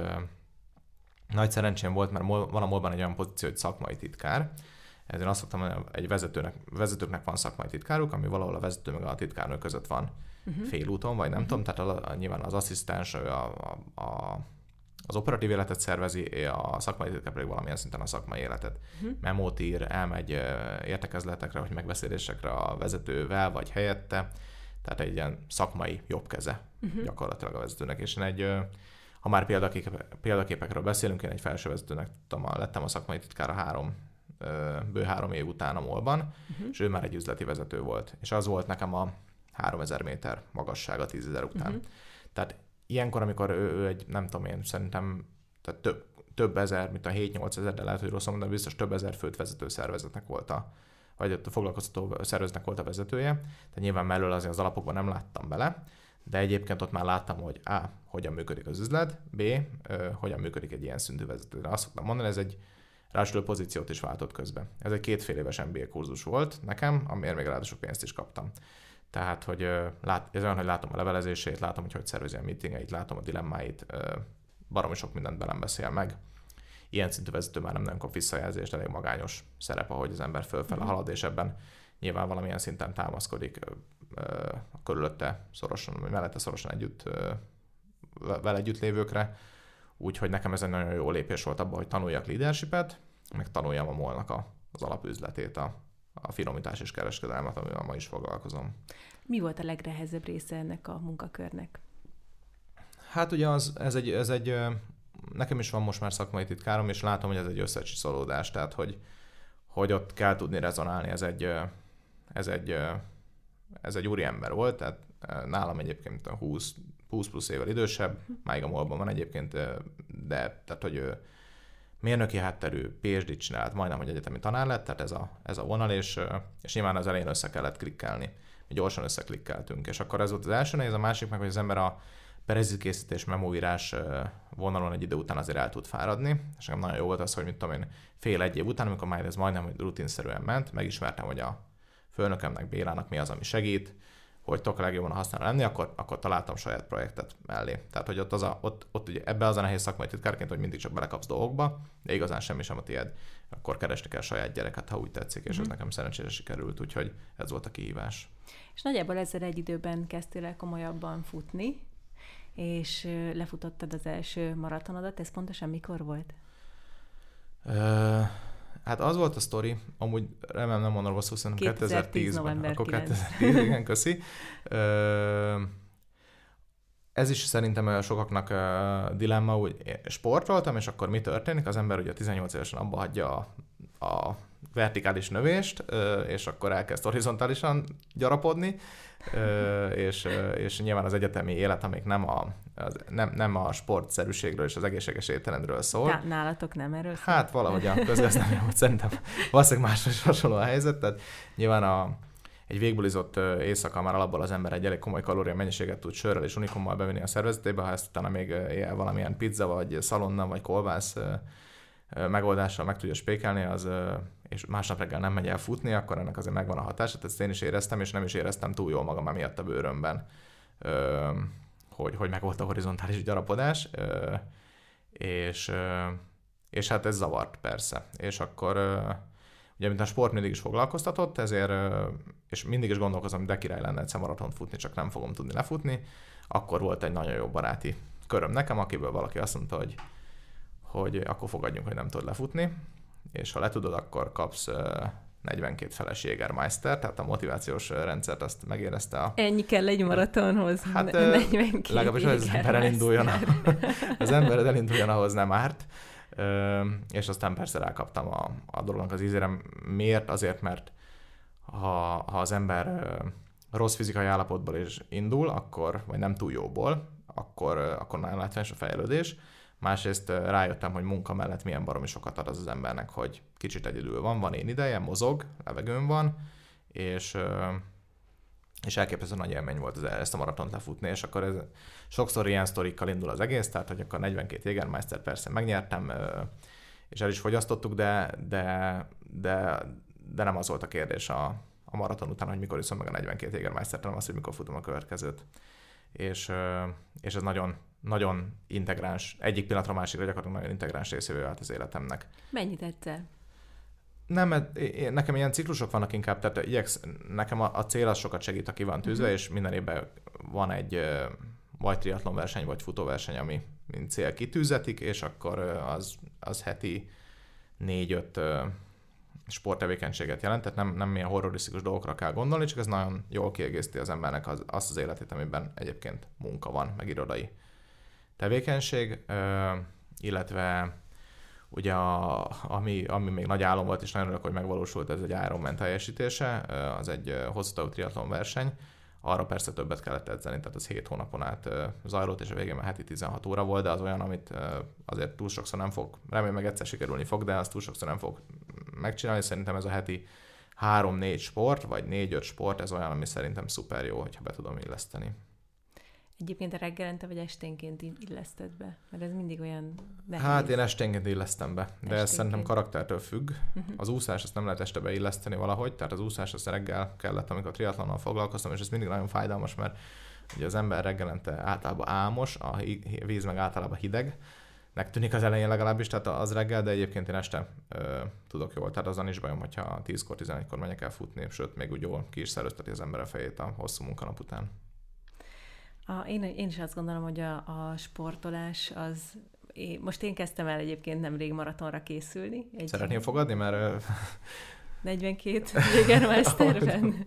nagy szerencsém volt, mert van a MOL-ban egy olyan pozíció, hogy szakmai titkár. Ezért azt mondtam, hogy egy vezetőnek, vezetőknek van szakmai titkáruk, ami valahol a vezető meg a titkárnő között van uh-huh. félúton, vagy nem uh-huh. tudom, tehát a, a, nyilván az asszisztens a, a, a, az operatív életet szervezi, a szakmai titkár pedig valamilyen szinten a szakmai életet. Uh-huh. Memót ír, elmegy értekezletekre, vagy megbeszélésekre a vezetővel, vagy helyette, tehát egy ilyen szakmai jobb keze uh-huh. gyakorlatilag a vezetőnek. És én egy, ha már példakép, példaképekről beszélünk, én egy felső vezetőnek tudtam, lettem a szakmai titkára három bő három év után a MOL-ban, uh-huh. és ő már egy üzleti vezető volt. És az volt nekem a, háromezer méter magassága tízezer után. Uh-huh. Tehát ilyenkor, amikor ő, ő egy, nem tudom én, szerintem tehát több, több ezer, mint a hét-nyolc ezer, de lehet, hogy rosszul mondom, biztos több ezer főt vezető szervezetnek volt a, vagy a foglalkoztató szervezetnek volt a vezetője. Tehát nyilván mellől azért az alapokban nem láttam bele, de egyébként ott már láttam, hogy A. hogyan működik az üzlet, B. Ö, hogyan működik egy ilyen szintű vezető. De azt szoktam mondani, ez egy ráadásul pozíciót is váltott közben. Ez egy kétfél éves em bé á kurzus volt nekem, amiért még ráadásul pénzt is kaptam. Tehát, hogy ö, lát, ez olyan, hogy látom a levelezését, látom, hogy hogy szervezi a meetingeit, látom a dilemmáit, ö, baromi sok mindent belem beszél meg. Ilyen szintű vezető már nem nagyon kap visszajelzést, elég magányos szerep, ahogy az ember fölfele mm-hmm. halad, és ebben nyilván valamilyen szinten támaszkodik a körülötte szorosan, vagy mellette szorosan együtt, vele együtt lévőkre. Úgyhogy nekem ez egy nagyon jó lépés volt abban, hogy tanuljak leadershipet, meg tanuljam a molnak a, az alapüzletét, a, a finomítás és kereskedelmet, amivel ma is foglalkozom. Mi volt a legnehezebb része ennek a munkakörnek? Hát ugye az, ez, egy, ez egy, nekem is van most már szakmai titkárom, és látom, hogy ez egy összecsiszolódás, tehát hogy, hogy ott kell tudni rezonálni, ez egy, ez egy, ez egy úriember volt, tehát nálam egyébként húsz plusz évvel idősebb, máig a molban van egyébként, de tehát, hogy ő mérnöki hátterű, pé há dét csinált, majdnem, hogy egyetemi tanár lett, tehát ez a, ez a vonal, és, és nyilván az elején össze kellett klikkelni. Mi gyorsan összeklikkeltünk, és akkor ez volt az első nehéz, a másik meg, hogy az ember a perezítkészítés, memóírás vonalon egy idő után azért el tud fáradni, és nekem nagyon jó volt az, hogy mit tudom én, fél-egy év után, amikor már ez majdnem hogy rutinszerűen ment, megismertem, hogy a főnökömnek, Bélának mi az, ami segít, hogy tudok a legjobban használni lenni, akkor, akkor találtam saját projektet mellé. Tehát, hogy ott, az a, ott, ott ugye ebbe az a nehéz szakmai titkárként, hogy mindig csak belekapsz dolgokba, de igazán semmi sem a tiéd, akkor keresni kell saját gyereket, ha úgy tetszik, és mm-hmm. ez nekem szerencsére sikerült, úgyhogy ez volt a kihívás. És nagyjából ezzel egy időben kezdtél el komolyabban futni, és lefutottad az első maratonodat, ez pontosan mikor volt? Uh, hát az volt a sztori, amúgy remélem nem mondom rosszul, szerintem kétezer-tízben. Akkor kétezer-tíz, igen, köszi. Uh, ez is szerintem sokaknak uh, dilemma, hogy sportoltam, és akkor mi történik? Az ember ugye tizennyolc évesen abba hagyja a, a vertikális növést, uh, és akkor elkezd horizontálisan gyarapodni, uh, és, uh, és nyilván az egyetemi élet, amíg nem a, az, nem, nem a sportszerűségről és az egészséges étteremről szól. Tá, nálatok nem erről szól? Hát valahogy a közgazdány volt, szerintem valószínűleg másra is hasonló a helyzet, tehát nyilván a, egy végbulizott éjszaka már alapból az ember egy elég komoly kalória mennyiséget tud sörrel és unikummal bevinni a szervezetébe, ha ezt utána még él valamilyen pizza, vagy szalonna, vagy kolbász megoldással meg tudja spékelni, az, és másnap reggel nem megy el futni, akkor ennek azért megvan a hatása, ezt én is éreztem, és nem is éreztem túl jól magam emiatt a bőrömben, hogy, hogy meg volt a horizontális gyarapodás, és, és hát ez zavart persze. És akkor, ugye mint a sport mindig is foglalkoztatott, ezért, és mindig is gondolkozom, de király lenne egyszer maratont futni, csak nem fogom tudni lefutni, akkor volt egy nagyon jó baráti köröm nekem, akiből valaki azt mondta, hogy hogy akkor fogadjunk, hogy nem tudod lefutni, és ha le tudod, akkor kapsz negyvenkét feles Jägermeister, tehát a motivációs rendszert azt megérezte a... Ennyi kell egy maratonhoz, hát, negyvenkét legalábbis, hogy az ember elinduljon, az ember elinduljon, ahhoz nem árt, és aztán persze rákaptam a, a dolognak az ízére. Miért? Azért, mert ha, ha az ember rossz fizikai állapotból is indul, akkor, vagy nem túl jóból, akkor, akkor nagyon látványos a fejlődés. Másrészt rájöttem, hogy munka mellett milyen baromi sokat ad az az embernek, hogy kicsit egyedül van, van én ideje, mozog, levegőn van, és, és elképesztően nagy élmény volt az, ezt a maratont lefutni, és akkor ez, sokszor ilyen sztorikkal indul az egész, tehát hogy akkor negyvenkét Jägermeister persze megnyertem, és el is fogyasztottuk, de, de, de, de nem az volt a kérdés a, a maraton után, hogy mikor iszom meg a negyvenkét Jägermeistert, hanem az, hogy mikor futom a következőt. És, és ez nagyon, nagyon integráns, egyik pillanatra a másikra gyakorlatilag nagyon integráns részévé vált az életemnek. Mennyit egyszer? Nem, nekem ilyen ciklusok vannak inkább, tehát igyeksz, nekem a, a cél az sokat segít, aki van tűzve, uh-huh. és minden évben van egy vagy triatlon verseny, vagy futóverseny, ami mint cél kitűzetik, és akkor az, az heti négy-öt sporttevékenységet jelent, tehát nem, nem ilyen horrorisztikus dolgokra kell gondolni, csak ez nagyon jól kiegészíti az embernek az, azt az életét, amiben egyébként munka van, meg irodai tevékenység, illetve ugye a, ami, ami még nagy álom volt, és nagyon örülök, hogy megvalósult, ez egy Ironman teljesítése, az egy hosszú távú triatlon verseny, arra persze többet kellett edzeni, tehát az hét hónapon át zajlott, és a végén már heti tizenhat óra volt, de az olyan, amit azért túl sokszor nem fog, remélem meg egyszer sikerülni fog, de azt túl sokszor nem fog megcsinálni. Szerintem ez a heti három-négy sport, vagy négy-öt sport, ez olyan, ami szerintem szuper jó, hogyha be tudom illeszteni. Egyébként a reggelente vagy esténként illeszted be? Mert ez mindig olyan nehéz. Hát én esténként illesztem be, de esténként. Ez szerintem karaktertől függ. Uh-huh. Az úszás azt nem lehet este beilleszteni valahogy, tehát az úszás azt reggel kellett, amikor triatlonnal foglalkoztam, és ez mindig nagyon fájdalmas, mert ugye az ember reggelente általában álmos, a víz meg általában hideg, tűnik az elején legalábbis, tehát az reggel, de egyébként én este ö, tudok jól, tehát azon is bajom, hogyha tízkor, tizenegykor megyek el futni, sőt, még úgy jól ki is szerőzteti az ember a fejét a hosszú munkanap után. A, én, én is azt gondolom, hogy a, a sportolás az... Én, most én kezdtem el egyébként nemrég maratonra készülni. Egy Szeretném fogadni, mert... negyvenkét Jägermeisterben.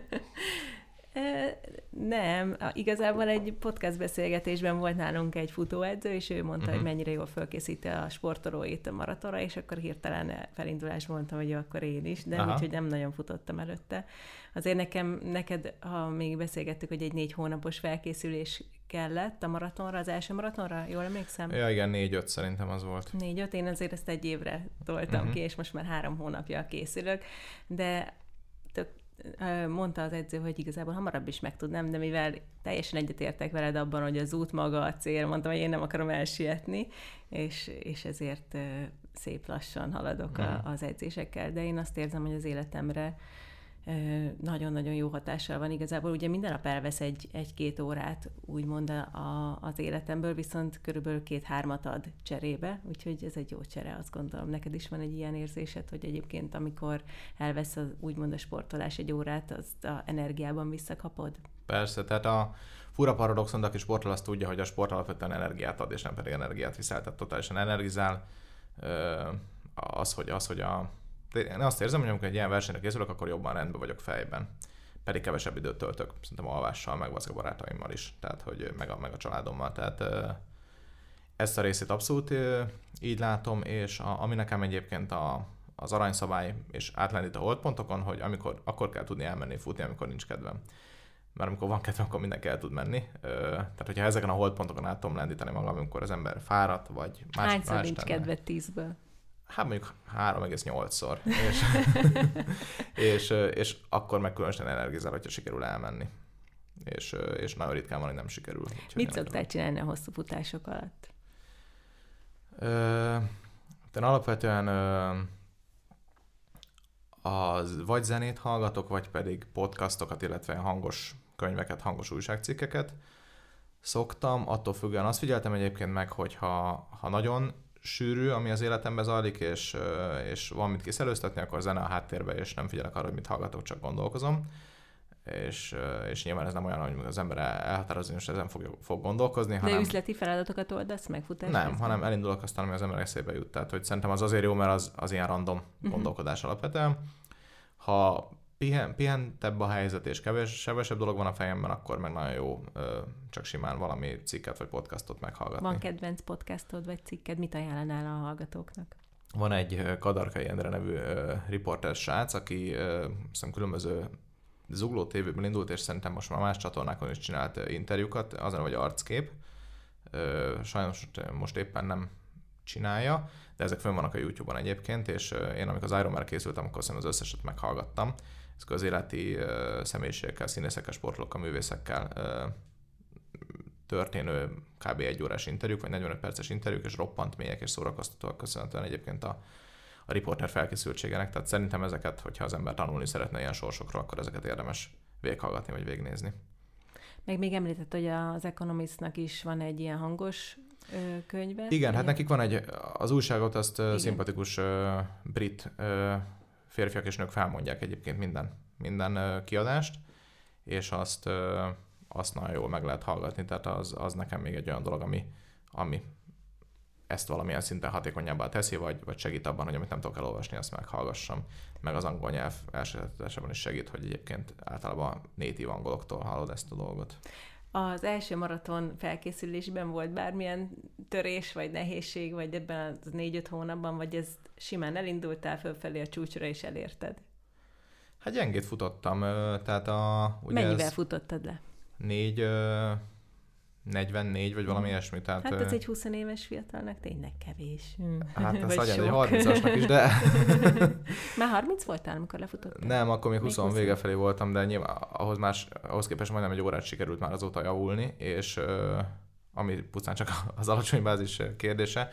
Nem, igazából egy podcast beszélgetésben volt nálunk egy futóedző, és ő mondta, uh-huh. hogy mennyire jól fölkészíti a sportolóit a maratonra, és akkor hirtelen felindulásban mondtam, hogy jó, akkor én is, de úgyhogy nem nagyon futottam előtte. Azért nekem, neked, ha még beszélgettük, hogy egy négy hónapos felkészülés kellett a maratonra, az első maratonra, jól emlékszem? Ja, igen, négy-öt szerintem az volt. négy-öt, én azért ezt egy évre toltam uh-huh. ki, és most már három hónapja készülök, de tök mondta az edző, hogy igazából hamarabb is megtudnám, de mivel teljesen egyetértek veled abban, hogy az út maga a cél, mondtam, hogy én nem akarom elsietni, és, és ezért szép lassan haladok a, az edzésekkel, de én azt érzem, hogy az életemre nagyon-nagyon jó hatással van. Igazából ugye minden nap elvesz egy, egy-két órát, úgymond a, az életemből, viszont körülbelül két-hármat ad cserébe, úgyhogy ez egy jó csere, azt gondolom. Neked is van egy ilyen érzésed, hogy egyébként amikor elvesz az, úgymond a sportolás egy órát, azt a energiában visszakapod? Persze, tehát a fura paradoxon, de aki sportol, azt tudja, hogy a sport alapvetően energiát ad, és nem pedig energiát viszel, tehát totálisan energizál. Az, hogy, az, hogy a Én azt érzem, hogy amikor egy ilyen versenyre készülök, akkor jobban rendben vagyok fejben. Pedig kevesebb időt töltök, szerintem alvással, meg a barátaimmal is, tehát hogy meg a, meg a családommal. Tehát ezt a részét abszolút így látom, és a, ami nekem egyébként a, az aranyszabály, és átlendít a holdpontokon, hogy amikor, akkor kell tudni elmenni futni, amikor nincs kedvem. Mert amikor van kedvem, akkor mindenki el tud menni. Tehát, hogyha ezeken a holdpontokon át tudom lendíteni magam, amikor az ember fáradt, vagy más... Hányszor más nincs tenne. kedved tízből? Hát mondjuk három egész nyolcszor. És, és, és akkor meg különösen energizál, hogyha sikerül elmenni. És, és nagyon ritkán van, hogy nem sikerül. Mit szoktál csinálni a hosszú futások alatt? Ö, én alapvetően ö, az vagy zenét hallgatok, vagy pedig podcastokat, illetve hangos könyveket, hangos újságcikkeket szoktam. Attól függően azt figyeltem egyébként meg, hogy ha, ha nagyon sűrű, ami az életemben zajlik, és, és van mit kiszerőztetni, akkor zene a háttérbe, és nem figyelek arra, hogy mit hallgatok, csak gondolkozom. És, és nyilván ez nem olyan, hogy az ember elhatározni, és ezen fog, fog gondolkozni. De hanem... üzleti feladatokat oldasz meg futás? Nem, közben? hanem elindulok, aztán ami az ember eszébe jut. Tehát, hogy szerintem az azért jó, mert az, az ilyen random uh-huh. gondolkodás alapvetően. Ha pihen, pihentebb a helyzet, és kevés, kevesebb dolog van a fejemben, akkor meg nagyon jó csak simán valami cikket vagy podcastot meghallgatni. Van kedvenc podcastod vagy cikked? Mit ajánlanál a hallgatóknak? Van egy Kadarkai Endre nevű riporter srác, aki szerintem különböző Zugló tévében indult, és szerintem most már más csatornákon is csinált interjúkat, azon, hogy arckép. Sajnos most éppen nem csinálja, de ezek fönn vannak a YouTube-on egyébként, és én amikor az Ironman-re készültem, akkor szerintem az összeset meghallgattam. Ez közéleti személyiségekkel, színészekkel, sportolókkal, művészekkel történő kb. Egy órás interjúk, vagy negyvenöt perces interjúk, és roppant mélyek és szórakoztatóak köszönhetően egyébként a, a riporter felkészültségének. Tehát szerintem ezeket, hogyha az ember tanulni szeretne ilyen sorsokról, akkor ezeket érdemes végighallgatni, vagy végignézni. Meg még említett, hogy az Economistnak is van egy ilyen hangos ö, könyve. Igen, ilyen? Hát nekik van egy, az újságot azt Igen. szimpatikus ö, brit ö, férfiak és nők felmondják egyébként minden, minden ö, kiadást, és azt, ö, azt nagyon jól meg lehet hallgatni, tehát az, az nekem még egy olyan dolog, ami, ami ezt valamilyen szinten hatékonyabbá teszi, vagy, vagy segít abban, hogy amit nem tudok elolvasni, azt meghallgassam. Meg az angol nyelv elsajátításában is segít, hogy egyébként általában native angoloktól hallod ezt a dolgot. Az első maraton felkészülésben volt bármilyen törés, vagy nehézség, vagy ebben a négy-öt hónapban, vagy ez simán elindultál fölfelé a csúcsra, és elérted? Hát gyengét futottam, tehát a... Ugye mennyivel ez futottad le? Négy, negyvennégy, vagy valami hmm. ilyesmi. Tehát, hát ez egy húsz éves fiatalnak tényleg kevés. Hát ez legyen egy harmincasnak is, de... Már harminc voltál, amikor lefutottál? Nem, akkor még húsz vége felé voltam, de nyilván ahhoz, más, ahhoz képest majdnem egy órát sikerült már azóta javulni, és ami pusztán csak az alacsony bázis kérdése.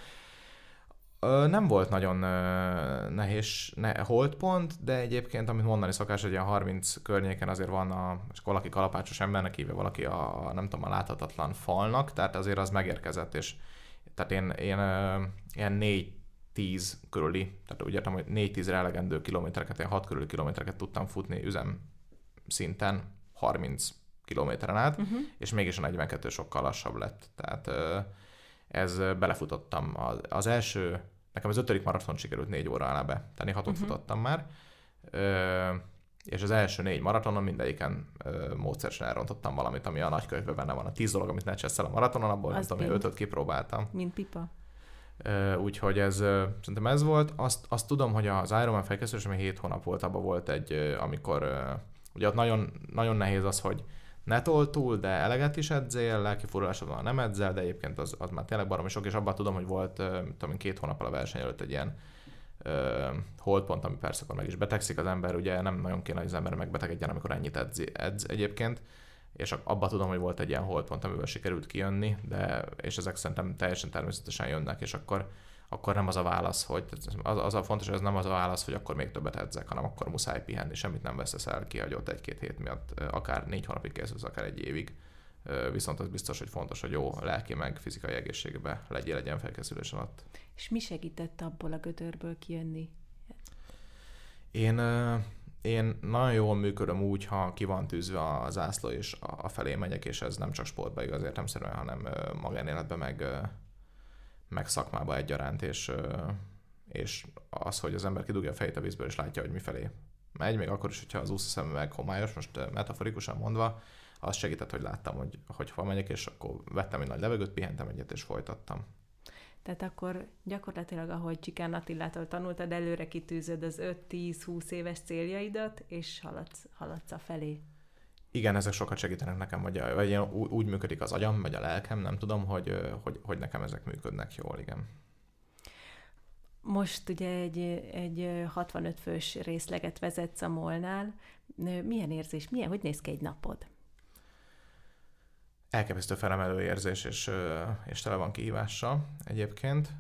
Nem volt nagyon nehéz ne, holdpont, de egyébként, amit mondani szokás, hogy ilyen harminc környéken azért van, a, és valaki kalapácsos embernek hívja, valaki a, nem tudom, a láthatatlan falnak, tehát azért az megérkezett, és tehát én, én ilyen négy-tíz körüli, tehát úgy értem, hogy négy-tízre elegendő kilométereket, ilyen hat körüli kilométereket tudtam futni üzem szinten, harminc kilométeren át, uh-huh. és mégis a negyvenkettő sokkal lassabb lett, tehát ez belefutottam. Az, az első, nekem az ötödik maraton sikerült négy óra alá be, tehát én hatot uh-huh. futottam már, ö, és az első négy maratonon mindegyiken ö, módszeresen elrontottam valamit, ami a nagykönyvben benne van. A tíz dolog, amit ne csesszel a maratonon, abból nem tudom, ötöt kipróbáltam. Mint pipa. Ö, úgyhogy ez, ö, szerintem ez volt. Azt, azt tudom, hogy az Ironman felkészülés, ami hét hónap volt, abban volt egy, ö, amikor, ö, ugye ott nagyon, nagyon nehéz az, hogy ne tol túl, de eleget is edzél, lelki furulásodban nem edzel, de egyébként az, az már tényleg baromi sok, és abban tudom, hogy volt tudom, két hónappal a verseny előtt egy ilyen uh, holdpont, ami persze akkor meg is betegszik az ember, ugye nem nagyon kéne, hogy az ember megbetegedjen, amikor ennyit edz, edz egyébként, és abban tudom, hogy volt egy ilyen holdpont, amivel sikerült kijönni, de és ezek szerintem teljesen természetesen jönnek, és akkor, akkor nem az a válasz, hogy az, az a fontos, hogy ez nem az a válasz, hogy akkor még többet edzek, hanem akkor muszáj pihenni, semmit nem veszesz el, kihagyott egy-két hét miatt, akár négy hónapig készülsz, akár egy évig. Viszont az biztos, hogy fontos, hogy jó lelki meg fizikai egészségben legyél egy ilyen felkészülés alatt. És mi segített abból a gödörből kijönni? Én, én nagyon jól működöm úgy, ha ki van tűzve a zászló, és a felé megyek, és ez nem csak sportban igaz értelemszerűen, hanem magánéletben meg meg szakmába egyaránt, és, és az, hogy az ember kidugja a fejét a vízből, és látja, hogy mifelé megy, még akkor is, hogyha az úszószemüveg homályos, most metaforikusan mondva, az segített, hogy láttam, hogy, hogy hol megyek, és akkor vettem egy nagy levegőt, pihentem egyet, és folytattam. Tehát akkor gyakorlatilag, ahogy Csikán Attilától tanultad, előre kitűzöd az öt-tíz-húsz éves céljaidat, és haladsz, haladsz a felé. Igen, ezek sokat segítenek nekem, vagy, vagy úgy működik az agyam, vagy a lelkem, nem tudom, hogy, hogy, hogy nekem ezek működnek jól, igen. Most ugye egy, egy hatvanöt fős részleget vezetsz a MOL-nál. Milyen érzés, milyen, hogy néz ki egy napod? Elképesztő felemelő érzés, és, és tele van kihívással egyébként.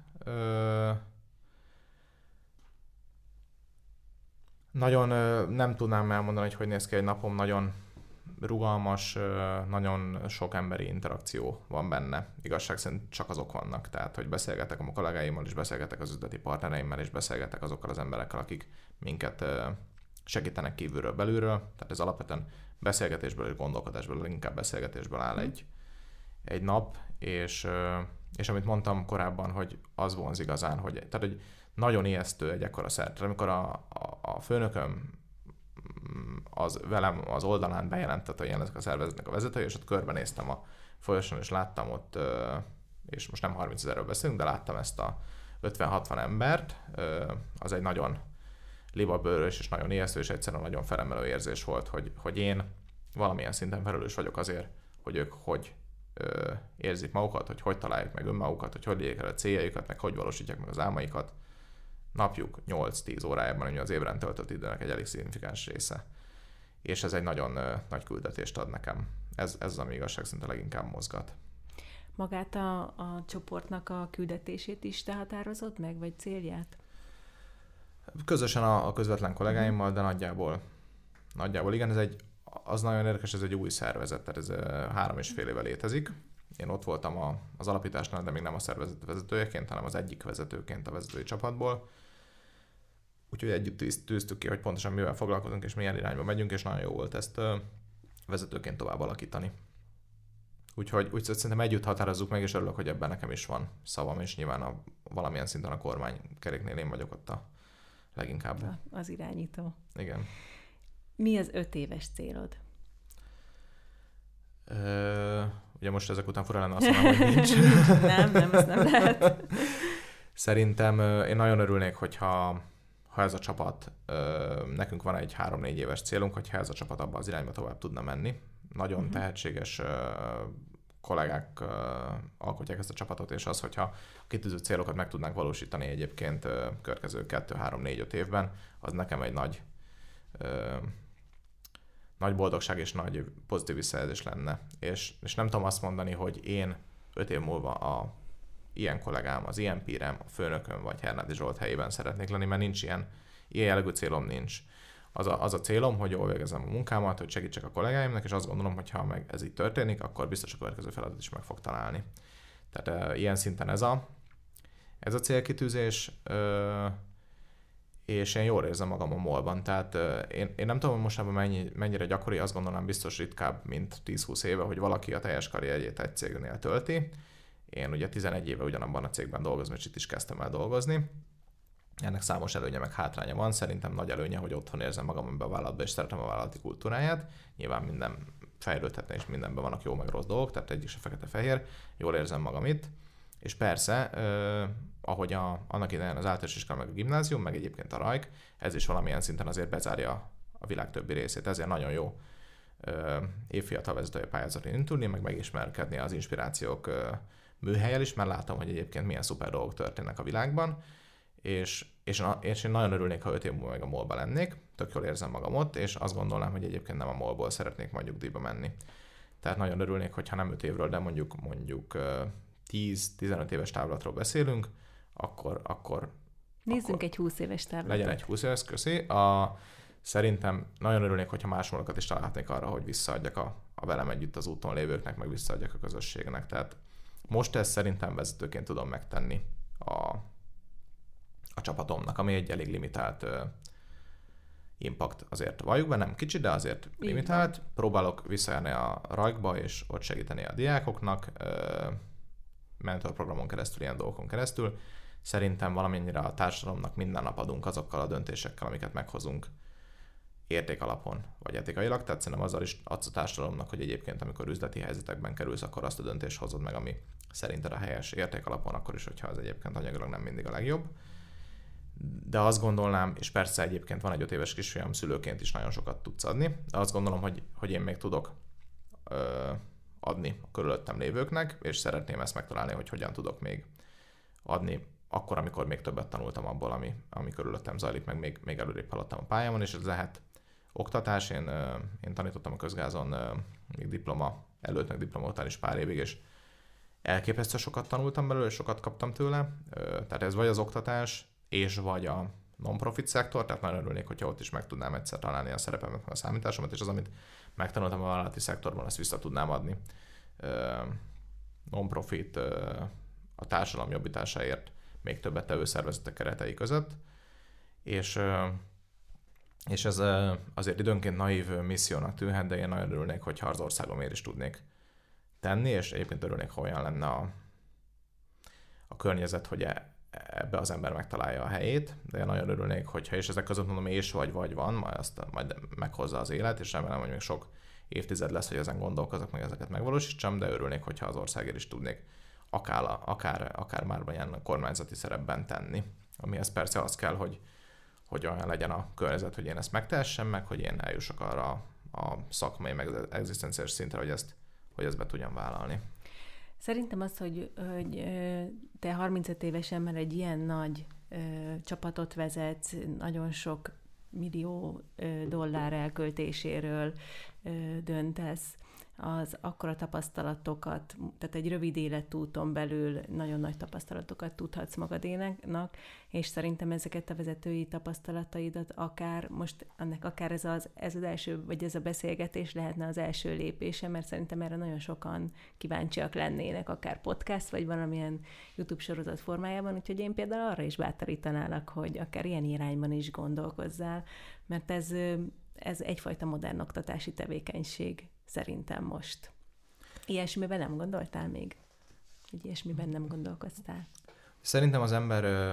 Nagyon nem tudnám elmondani, hogy hogy néz ki egy napom, nagyon rugalmas, nagyon sok emberi interakció van benne. Igazság szerint csak azok vannak, tehát hogy beszélgetek a kollégáimmal, és beszélgetek az üzleti partnereimmel, és beszélgetek azokkal az emberekkel, akik minket segítenek kívülről, belülről. Tehát ez alapvetően beszélgetésből és gondolkodásból, inkább beszélgetésből áll egy, egy nap, és, és amit mondtam korábban, hogy az vonz igazán, hogy, tehát, hogy nagyon ijesztő egy ekkora szert. Tehát amikor a, a, a főnököm az velem az oldalán bejelentett, hogy ennek a szervezetnek a vezetője, és ott körbenéztem a folyosón, és láttam ott, és most nem harmincezerről beszélünk, de láttam ezt a ötven-hatvan embert, az egy nagyon libabőrös és nagyon ijesztő, és egyszerűen nagyon felemelő érzés volt, hogy, hogy én valamilyen szinten felelős vagyok azért, hogy ők hogy ö, érzik magukat, hogy hogy találják meg önmagukat, hogy hogy érjék el a céljaikat, meg hogy valósítják meg az álmaikat. Napjuk nyolc-tíz órájában, ami az ébren töltött időnek egy elég szignifikáns része. És ez egy nagyon ö, nagy küldetést ad nekem. Ez, ez az, ami igazság szinte leginkább mozgat. Magát a, a csoportnak a küldetését is te határozod meg, vagy célját? Közösen a, a közvetlen kollégáimmal, de nagyjából, nagyjából igen, ez egy, az nagyon érdekes, ez egy új szervezet, tehát ez három és fél éve létezik. Én ott voltam a, az alapításnál, de még nem a szervezet vezetőjeként, hanem az egyik vezetőként a vezetői csapatból. Úgyhogy együtt tűztük ki, hogy pontosan mivel foglalkozunk, és milyen irányba megyünk, és nagyon jó volt ezt vezetőként tovább alakítani. Úgyhogy úgy szerintem együtt határozzuk meg, és örülök, hogy ebben nekem is van szavam, és nyilván a, valamilyen szinten a kormánykeréknél én vagyok ott a leginkább. Az irányító. Igen. Mi az öt éves célod? Ö, ugye most ezek után fura lenne azt mondom, hogy nincs. nem, nem, ez nem lehet. Szerintem én nagyon örülnék, hogyha ha ha ez a csapat, nekünk van egy három-négy éves célunk, hogyha ez a csapat abban az irányba tovább tudna menni. Nagyon uh-huh. tehetséges kollégák alkotják ezt a csapatot, és az, hogyha a kitűzött célokat meg tudnánk valósítani egyébként következő kettő, három, négy, öt évben, az nekem egy nagy, nagy boldogság és nagy pozitív visszajelzés lenne. És, és nem tudom azt mondani, hogy én öt év múlva a ilyen kollégám, az ilyen pírem, a főnököm vagy Hernádi Zsolt helyében szeretnék lenni, mert nincs ilyen, ilyen jellegű célom nincs. Az a, az a célom, hogy jól végezem a munkámat, hogy segítsek a kollégáimnak, és azt gondolom, hogy ha meg ez így történik, akkor biztos a következő feladat is meg fog találni. Tehát e, ilyen szinten ez a, ez a célkitűzés, e, és én jól érzem magam a molban. Tehát e, én, én nem tudom, hogy mostában mennyi, mennyire gyakori, azt gondolom biztos ritkább, mint tíz-húsz éve, hogy valaki a teljes karrierjét egy cégnél tölti. Én ugye tizenegy éve ugyanabban a cégben dolgozom, és itt is kezdtem el dolgozni. Ennek számos előnye meg hátránya van. Szerintem nagy előnye, hogy otthon érzem magam ebbe a vállalatban, és szeretem a vállalati kultúráját. Nyilván minden fejlődhetne, és mindenben vannak jó meg rossz dolgok, tehát egyik se fekete-fehér. Jól érzem magam itt. És persze, eh, ahogy a, annak idején az általános iskola, meg a gimnázium, meg egyébként a rajk, ez is valamilyen szinten azért bezárja a világ többi részét. Ezért nagyon jó eh, évfiatal vezetői pályázaton indulni, meg megismerkedni az inspirációk eh, műhellyel is, mert látom, hogy egyébként milyen szuper dolgok történnek a világban, és, és, és én nagyon örülnék, ha öt év múlva meg a MOL-ba lennék, tök jól érzem magam ott, és azt gondolnám, hogy egyébként nem a MOL-ból szeretnék majd nyugdíjba menni. Tehát nagyon örülnék, hogyha nem öt évről, de mondjuk mondjuk tíz-tizenöt éves távlatról beszélünk, akkor... akkor Nézzünk akkor egy húsz éves távlatot. Legyen egy húsz éves, köszi. A, szerintem nagyon örülnék, hogyha más módokat is találhatnék arra, hogy visszaadjak a, a velem együtt az úton lévőknek, meg visszaadjak a közösségnek. Tehát most ezt szerintem vezetőként tudom megtenni a, a csapatomnak, ami egy elég limitált uh, impact. Azért valljuk be, nem kicsi, de azért limitált. Próbálok visszajárni a rajkba, és ott segíteni a diákoknak, uh, mentorprogramon keresztül, ilyen dolgokon keresztül. Szerintem valamennyire a társadalomnak minden nap adunk azokkal a döntésekkel, amiket meghozunk értékalapon, vagy etikailag, tehát szerintem azzal is adsz a társadalomnak, hogy egyébként amikor üzleti helyzetekben kerülsz, akkor azt a döntést hozod meg, ami szerinted a helyes értékalapon, akkor is, hogyha az egyébként anyagilag nem mindig a legjobb. De azt gondolnám, és persze egyébként van egy öt éves kisfiam, szülőként is nagyon sokat tudsz adni, de azt gondolom, hogy, hogy én még tudok ö, adni a körülöttem lévőknek, és szeretném ezt megtalálni, hogy hogyan tudok még adni akkor, amikor még többet tanultam abból, ami, ami körülöttem zajlik, meg még, még előrébb haladtam a pályámon, és ez lehet oktatás. Én, én tanítottam a közgázon még diploma előtt, meg diploma után is pár évig, és elképesztő sokat tanultam belőle, és sokat kaptam tőle. Tehát ez vagy az oktatás, és vagy a non-profit szektor, tehát nagyon örülnék, hogyha ott is meg tudnám egyszer találni a szerepemet, a számításomat, és az, amit megtanultam a vállalati szektorban, ezt vissza tudnám adni. Non-profit a társadalom jobbításáért még többet tevő szervezetek keretei között, és, és ez azért időnként naív missziónak tűnhet, de én nagyon örülnék, hogyha az országomért is tudnék tenni, és egyébként örülnék, ha olyan lenne a, a környezet, hogy ebbe az ember megtalálja a helyét, de én nagyon örülnék, hogyha, és ezek között mondom, és vagy vagy van, majd azt majd meghozza az élet, és remélem, hogy még sok évtized lesz, hogy ezen gondolkozok, meg ezeket megvalósítsam, de örülnék, hogyha az országért is tudnék akár, akár, akár már ilyen kormányzati szerepben tenni. Amihez persze az kell, hogy, hogy olyan legyen a környezet, hogy én ezt megtehessem, meg hogy én eljussak arra a szakmai, meg az egzisztenciális szintre, hogy ezt, hogy ezt be tudjam vállalni. Szerintem az, hogy, hogy te harmincöt évesen már egy ilyen nagy ö, csapatot vezetsz, nagyon sok millió ö, dollár elköltéséről ö, döntesz, az akkora tapasztalatokat, tehát egy rövid életúton belül nagyon nagy tapasztalatokat tudhatsz magadénak, és szerintem ezeket a vezetői tapasztalataidat akár most, annak akár ez az, ez az első, vagy ez a beszélgetés lehetne az első lépése, mert szerintem erre nagyon sokan kíváncsiak lennének, akár podcast, vagy valamilyen YouTube sorozat formájában, úgyhogy én például arra is bátorítanálak, hogy akár ilyen irányban is gondolkozzál, mert ez, ez egyfajta modern oktatási tevékenység. Szerintem most. Ilyesmiben nem gondoltál még? Hogy ilyesmiben nem gondolkoztál? Szerintem az ember ö,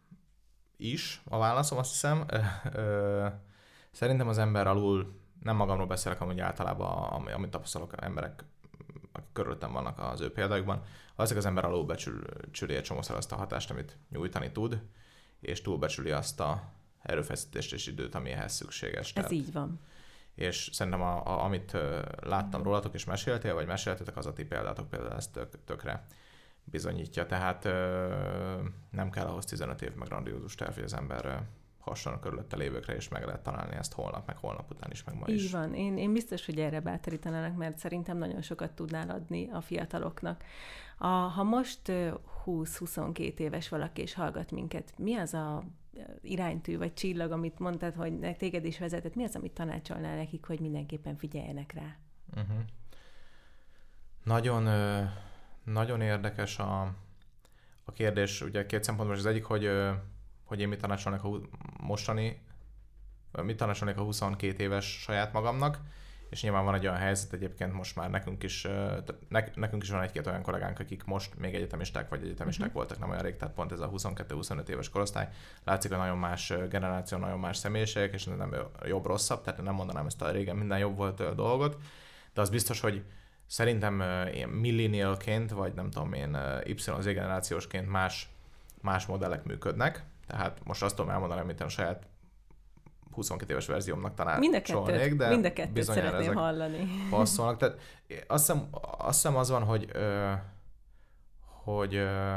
is, a válaszom azt hiszem, ö, ö, szerintem az ember alul, nem magamról beszélek, amúgy általában, ami, amit tapasztalok emberek, akik körülöttem vannak az ő példájukban, azért az ember alul becsüli egy csomószor azt a hatást, amit nyújtani tud, és túlbecsüli azt a erőfeszítést és időt, ami ehhez szükséges. Ez Tehát, így van. És szerintem, a, a, amit uh, láttam mm. rólatok és meséltél, vagy meséltetek, az a ti példátok például ezt tök, tökre bizonyítja. Tehát uh, nem kell ahhoz tizenöt év meg grandiózus terv, hogy az ember uh, hasonló körülötte lévőkre, és meg lehet találni ezt holnap, meg holnap után is, meg ma így is. Így van. Én, én biztos, hogy erre bátorítanának, mert szerintem nagyon sokat tudnál adni a fiataloknak. A, ha most húsz-huszonkét éves valaki és hallgat minket, mi az a iránytű vagy csillag, amit mondtad, hogy téged is vezetett, mi az, amit tanácsolnál nekik, hogy mindenképpen figyeljenek rá? Uh-huh. Nagyon, nagyon érdekes a, a kérdés, ugye két szempontból, az egyik, hogy, hogy én mit tanácsolnék a mostani, mit tanácsolnék a huszonkét éves saját magamnak, és nyilván van egy olyan helyzet egyébként most már nekünk is, nekünk is van egy-két olyan kollégánk, akik most még egyetemisták vagy egyetemisták uh-huh. voltak nem olyan rég, tehát pont ez a huszonkettő-huszonöt éves korosztály. Látszik, hogy nagyon más generáció, nagyon más személyiségek, és nem jobb-rosszabb, tehát nem mondanám ezt a régen minden jobb volt dolgot, de az biztos, hogy szerintem én millennialként, vagy nem tudom én, Y-Z generációsként más, más modellek működnek, tehát most azt tudom elmondani, amit a saját huszonkét éves verziómnak tanácsolnék, de mind a kettőt szeretném hallani. Passzolnak. Tehát azt hiszem, azt hiszem az van, hogy, ö, hogy ö,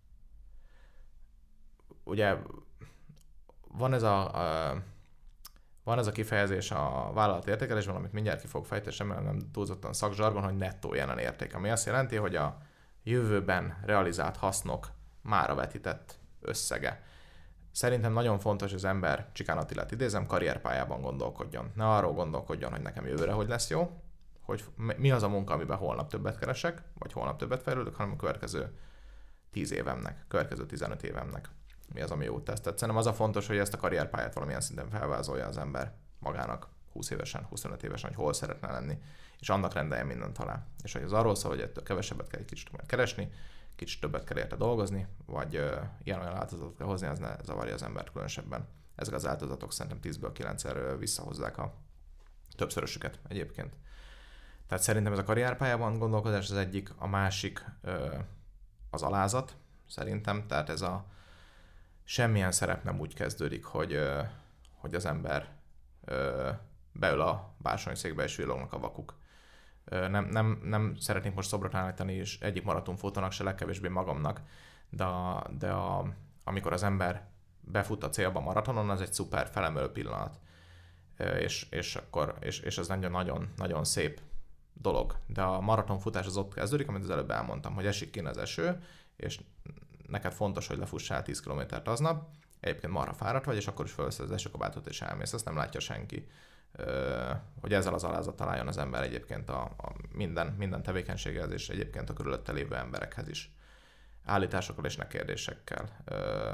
ugye van ez a, a van ez a kifejezés a vállalat értékelésben, amit mindjárt ki fog fejteni, sem nem túlzottan szakzsargon, hogy nettó jelen érték, ami azt jelenti, hogy a jövőben realizált hasznok mára vetített összege. Szerintem nagyon fontos, hogy az ember, Csikán Attilát idézem, karrierpályában gondolkodjon. Ne arról gondolkodjon, hogy nekem jövőre hogy lesz jó, hogy mi az a munka, amiben holnap többet keresek, vagy holnap többet fejlődök, hanem a következő tíz évemnek, következő tizenöt évemnek mi az, ami jót tesz. Tehát szerintem az a fontos, hogy ezt a karrierpályát valamilyen szinten felvázolja az ember magának húsz évesen, huszonöt évesen, hogy hol szeretne lenni, és annak rendelje mindent alá. És hogy az arról szól, hogy ettől kevesebbet kell egy kicsit keresni, kicsit többet kell érte dolgozni, vagy uh, ilyen-olyan változatot kell hozni, az ne zavarja az embert különösebben. Ezek az változatok szerintem tízből kilencszer visszahozzák a többszörösüket egyébként. Tehát szerintem ez a karrierpályában gondolkodás az egyik, a másik uh, az alázat, szerintem, tehát ez a semmilyen szerep nem úgy kezdődik, hogy, uh, hogy az ember uh, beül a bársonyszékbe és villognak a vakuk. Nem, nem, nem szeretnék most szobrot állítani, és egyik maratonfotónak se legkevésbé magamnak, de, a, de a, amikor az ember befut a célba maratonon, az egy szuper felemelő pillanat. És, és, akkor, és, és ez nagyon-nagyon nagyon szép dolog. De a maratonfutás az ott kezdődik, amit az előbb elmondtam, hogy esik ki az eső, és neked fontos, hogy lefussál tíz kilométert aznap, egyébként marha fáradt vagy, és akkor is felveszed az esőkabátot és elmész, ezt nem látja senki. Hogy ezzel az alázattal álljon az ember egyébként a, a minden, minden tevékenységhez, és egyébként a körülötte lévő emberekhez is. Állításokkal és ne kérdésekkel. Ö,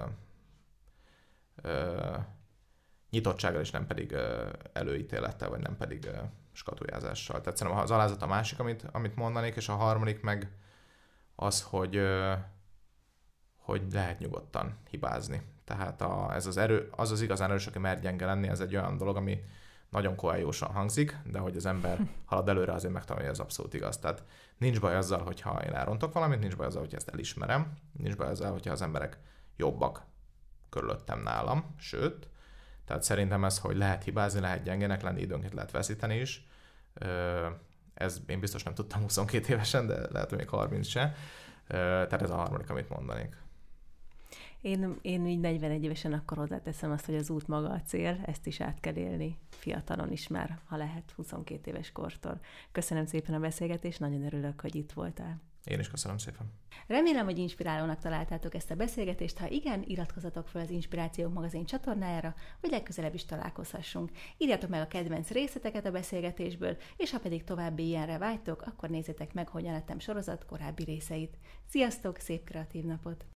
ö, nyitottsággal és nem pedig ö, előítélettel, vagy nem pedig ö, skatujázással. Tehát szerintem az alázat a másik, amit, amit mondanék, és a harmadik meg az, hogy, ö, hogy lehet nyugodtan hibázni. Tehát a, ez az erő, az az igazán erős, aki mer gyenge lenni, ez egy olyan dolog, ami nagyon koaljósan hangzik, de hogy az ember halad előre, azért megtanulja, hogy ez abszolút igaz. Tehát nincs baj azzal, hogyha én elrontok valamit, nincs baj azzal, hogy ezt elismerem, nincs baj azzal, hogyha az emberek jobbak körülöttem nálam, sőt, tehát szerintem ez, hogy lehet hibázni, lehet gyengének lenni, időnként lehet veszíteni is. Ez én biztos nem tudtam huszonkét évesen, de lehet, hogy még harminc se. Tehát ez a harmadik, amit mondanék. Én, én így negyvenegy évesen akkor hozzáteszem azt, hogy az út maga a cél, ezt is át kell élni fiatalon is már, ha lehet, huszonkét éves kortól. Köszönöm szépen a beszélgetést, nagyon örülök, hogy itt voltál. Én is köszönöm szépen. Remélem, hogy inspirálónak találtátok ezt a beszélgetést. Ha igen, iratkozzatok fel az Inspirációk magazin csatornájára, hogy legközelebb is találkozhassunk. Írjátok meg a kedvenc részleteket a beszélgetésből, és ha pedig további ilyenre vágytok, akkor nézzétek meg Hogyan lettem sorozat korábbi részeit. Sziasztok, szép kreatív napot!